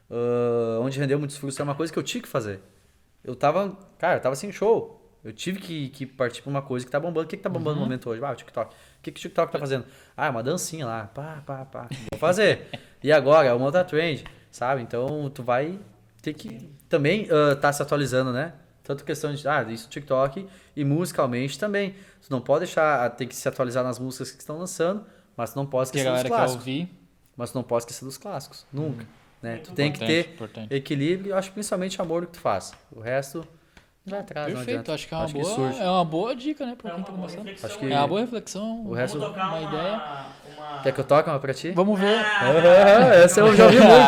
C: Onde rendeu muitos frutos, é uma coisa que eu tinha que fazer. Eu tava sem show. Eu tive que partir pra uma coisa que tá bombando. O que tá bombando no momento hoje? O TikTok. O que o TikTok tá fazendo? É uma dancinha lá. Pá. Vou fazer. E agora? É uma outra trend, sabe? Então, tu vai ter que também tá se atualizando, né? Tanto questão de, isso TikTok e musicalmente também. Tu não pode deixar, tem que se atualizar nas músicas que estão lançando, mas tu não pode
A: Que a
C: esquecer dos
A: galera quer
C: clássicos.
A: ouvir.
C: Mas tu não pode esquecer dos clássicos. Nunca. Né?
B: Muito
C: Tu tem que ter
A: Importante.
C: equilíbrio e eu acho principalmente amor no que tu faz. O resto vai atrás, não
A: Perfeito,
C: adianta.
A: acho que é
C: surge.
A: uma boa dica, né, pra
B: É
A: quem
B: uma
A: tá
B: boa
A: começando.
B: reflexão.
C: Acho que-
A: É uma boa reflexão,
C: O resto-
B: Vamos tocar
A: uma ideia.
B: uma...
C: Quer que eu toque uma pra ti?
A: Vamos ver.
C: Essa eu já ouvi muito.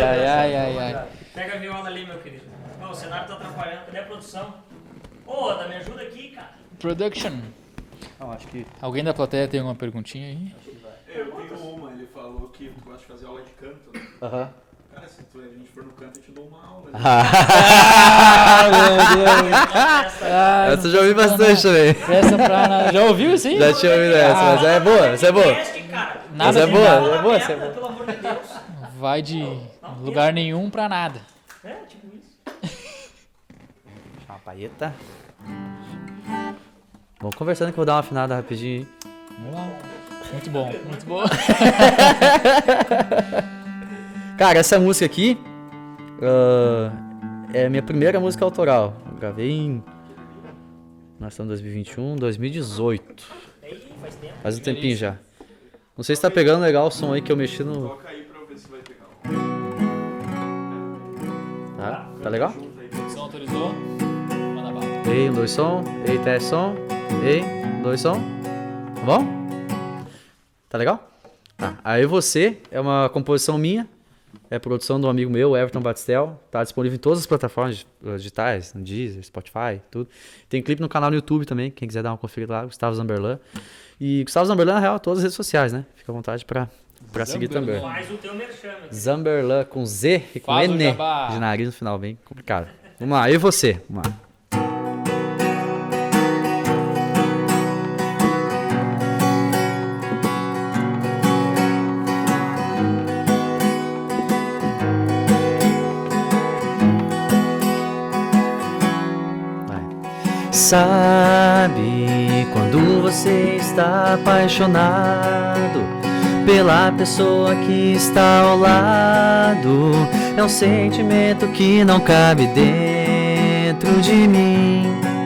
A: Ai.
B: Pega a viola ali, meu querido. O cenário tá atrapalhando. Cadê a produção? Ô, Ada, me ajuda aqui, cara.
A: Production.
C: Não, acho que...
A: Alguém da plateia tem alguma perguntinha aí?
D: Eu tenho uma, ele falou que tu gosta de fazer aula de canto, né?
C: Aham.
D: Cara, se a gente for no canto, eu te dou uma aula. Né?
C: Essa eu já ouvi bastante também.
A: Essa pra nada. Já ouviu isso aí?
C: Já tinha ouvido essa, mas é boa, essa é boa.
A: Nada
C: Essa é
A: de
C: boa,
A: nada.
C: é boa, essa é boa.
B: Pelo amor de Deus.
A: Vai de lugar nenhum pra nada.
B: É, tipo isso.
C: Uma palheta. Vamos conversando que eu vou dar uma afinada rapidinho. Hein?
A: Vamos lá. Muito bom, muito bom.
C: Cara, essa música aqui é a minha primeira música autoral. Eu gravei em... Nós estamos em 2021, 2018.
B: Aí, faz tempo.
C: Faz um tempinho já. Não sei se tá pegando legal o som aí que eu mexi no...
D: Toca aí pra eu ver se vai pegar.
C: Tá legal?
D: Junta aí.
A: Produção autorizou? Manda bala.
C: Ei, 1, 2, som. Ei, teste som. Ei, 1, 2, som. Tá bom? Tá legal? Tá. Aí Você é uma composição minha. É produção de um amigo meu, Everton Batistel. Tá disponível em todas as plataformas digitais, no Deezer, Spotify, tudo. Tem clipe no canal no YouTube também, quem quiser dar uma conferida lá, Gustavo Zamberlan. E Gustavo Zamberlan, na real, todas as redes sociais, né? Fica à vontade pra seguir também.
B: Faz o teu merchan, meu.
C: Zamberlan com Z e com
A: Faz o
C: N
A: jabá.
C: de nariz no final, bem complicado. Vamos lá, e você? Vamos lá. Sabe quando você está apaixonado pela pessoa que está ao lado? É um sentimento que não cabe dentro de mim.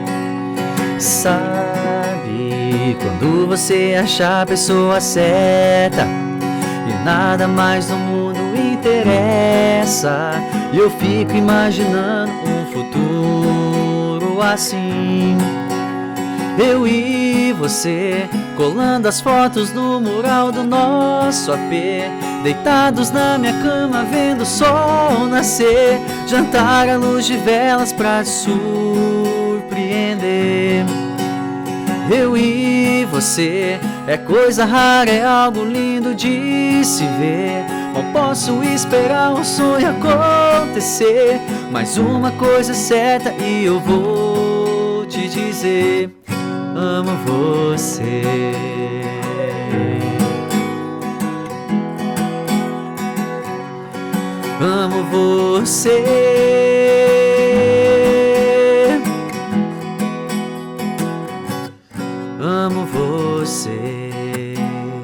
C: Sabe quando você acha a pessoa certa e nada mais no mundo interessa, e eu fico imaginando um futuro assim. Eu e você, colando as fotos no mural do nosso AP, deitados na minha cama vendo o sol nascer, jantar à luz de velas pra te surpreender. Eu e você, é coisa rara, é algo lindo de se ver. Mal posso esperar um sonho acontecer, mas uma coisa é certa e eu vou te dizer: amo você. Amo você. Amo você.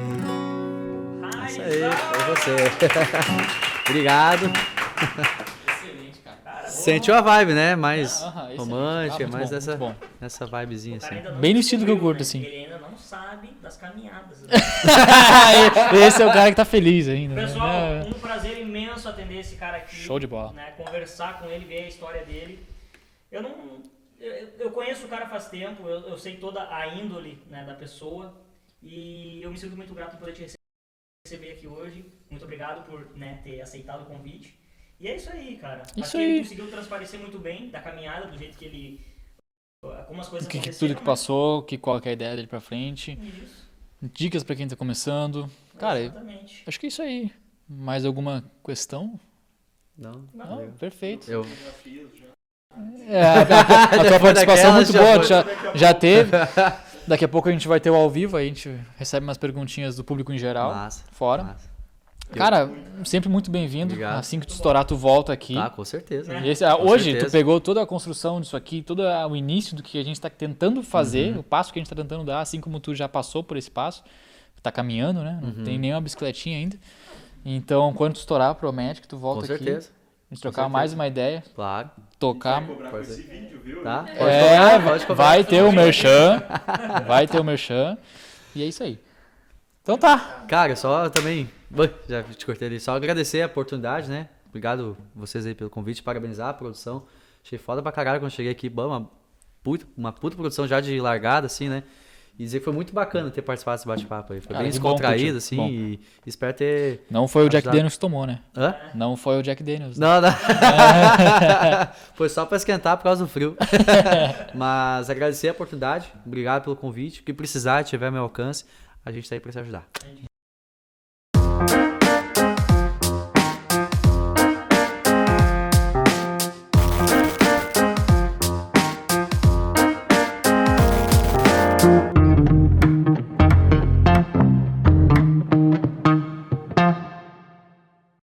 C: Isso aí, é você. Obrigado.
A: Excelente, cara.
C: Sentiu a vibe, né? Mais
A: Excelente.
C: romântica,
A: Muito
C: mais
A: bom,
C: dessa,
A: muito bom.
C: nessa vibezinha
B: O cara
C: assim.
B: ainda não
A: Bem no estilo que eu
B: descobriu,
A: curto, assim.
B: Ele ainda não sabe das caminhadas.
A: Esse é o cara que tá feliz ainda. né?
B: Pessoal,
A: É.
B: um prazer imenso atender esse cara aqui.
A: Show de bola.
B: Né, conversar com ele, ver a história dele. Eu conheço o cara faz tempo, eu sei toda a índole, né, da pessoa, e eu me sinto muito grato por poder te receber aqui hoje. Muito obrigado por, né, ter aceitado o convite. E é isso aí, cara.
A: Isso
B: Acho que
A: aí.
B: ele conseguiu transparecer muito bem da caminhada, do jeito que ele... como as coisas aconteceram.
A: Tudo que
B: né?
A: passou, qual que é a ideia dele pra frente.
B: Isso,
A: Dicas pra quem tá começando. Cara,
B: exatamente.
A: acho que é isso aí. Mais alguma questão?
C: Não,
B: Não,
C: valeu.
A: Perfeito.
C: Eu,
D: Desafios já.
A: A tua
C: Depois
A: participação é
C: daquela,
A: muito
C: já
A: boa,
C: foi.
A: já teve. Daqui a pouco a gente vai ter o ao vivo, aí a gente recebe umas perguntinhas do público em geral,
C: Massa,
A: fora.
C: massa.
A: Cara, sempre muito bem-vindo.
C: Obrigado.
A: Assim que tu estourar, tu volta aqui.
C: Tá, com certeza.
B: Né?
C: Né?
A: E esse-
C: Com
A: hoje,
C: certeza.
A: tu pegou toda a construção disso aqui, todo o início do que a gente está tentando fazer,
C: Uhum.
A: o passo que a gente está tentando dar, assim como tu já passou por esse passo, tá caminhando, né? Não
C: Uhum.
A: tem nenhuma bicicletinha ainda. Então, quando tu estourar, promete que tu
C: Com
A: volta aqui.
C: certeza.
A: A gente trocar
C: certeza.
A: mais uma ideia,
C: Claro.
A: tocar.
D: Vai cobrar com
C: Pode
D: esse vídeo, viu?
C: Tá? Pode
A: É,
C: cobrar, pode cobrar.
A: vai ter o merchan. Vai ter o merchan. E é isso aí. Então tá.
C: Cara, só também, já te cortei ali, só agradecer a oportunidade, né? Obrigado vocês aí pelo convite, parabenizar a produção. Achei foda pra caralho quando cheguei aqui, uma puta produção já de largada, assim, né? E dizer que foi muito bacana ter participado desse bate-papo aí. Foi
A: Cara,
C: bem
A: que bom,
C: descontraído,
A: Coutinho.
C: assim,
A: Bom.
C: e espero ter...
A: Não foi o Jack
C: Ajudar.
A: Daniels que tomou, né?
C: Hã?
A: Não foi o Jack Daniels.
C: Não, não. Foi só pra esquentar por causa do frio. Mas agradecer a oportunidade, obrigado pelo convite. O que precisar, tiver ao meu alcance, a gente tá aí pra se ajudar.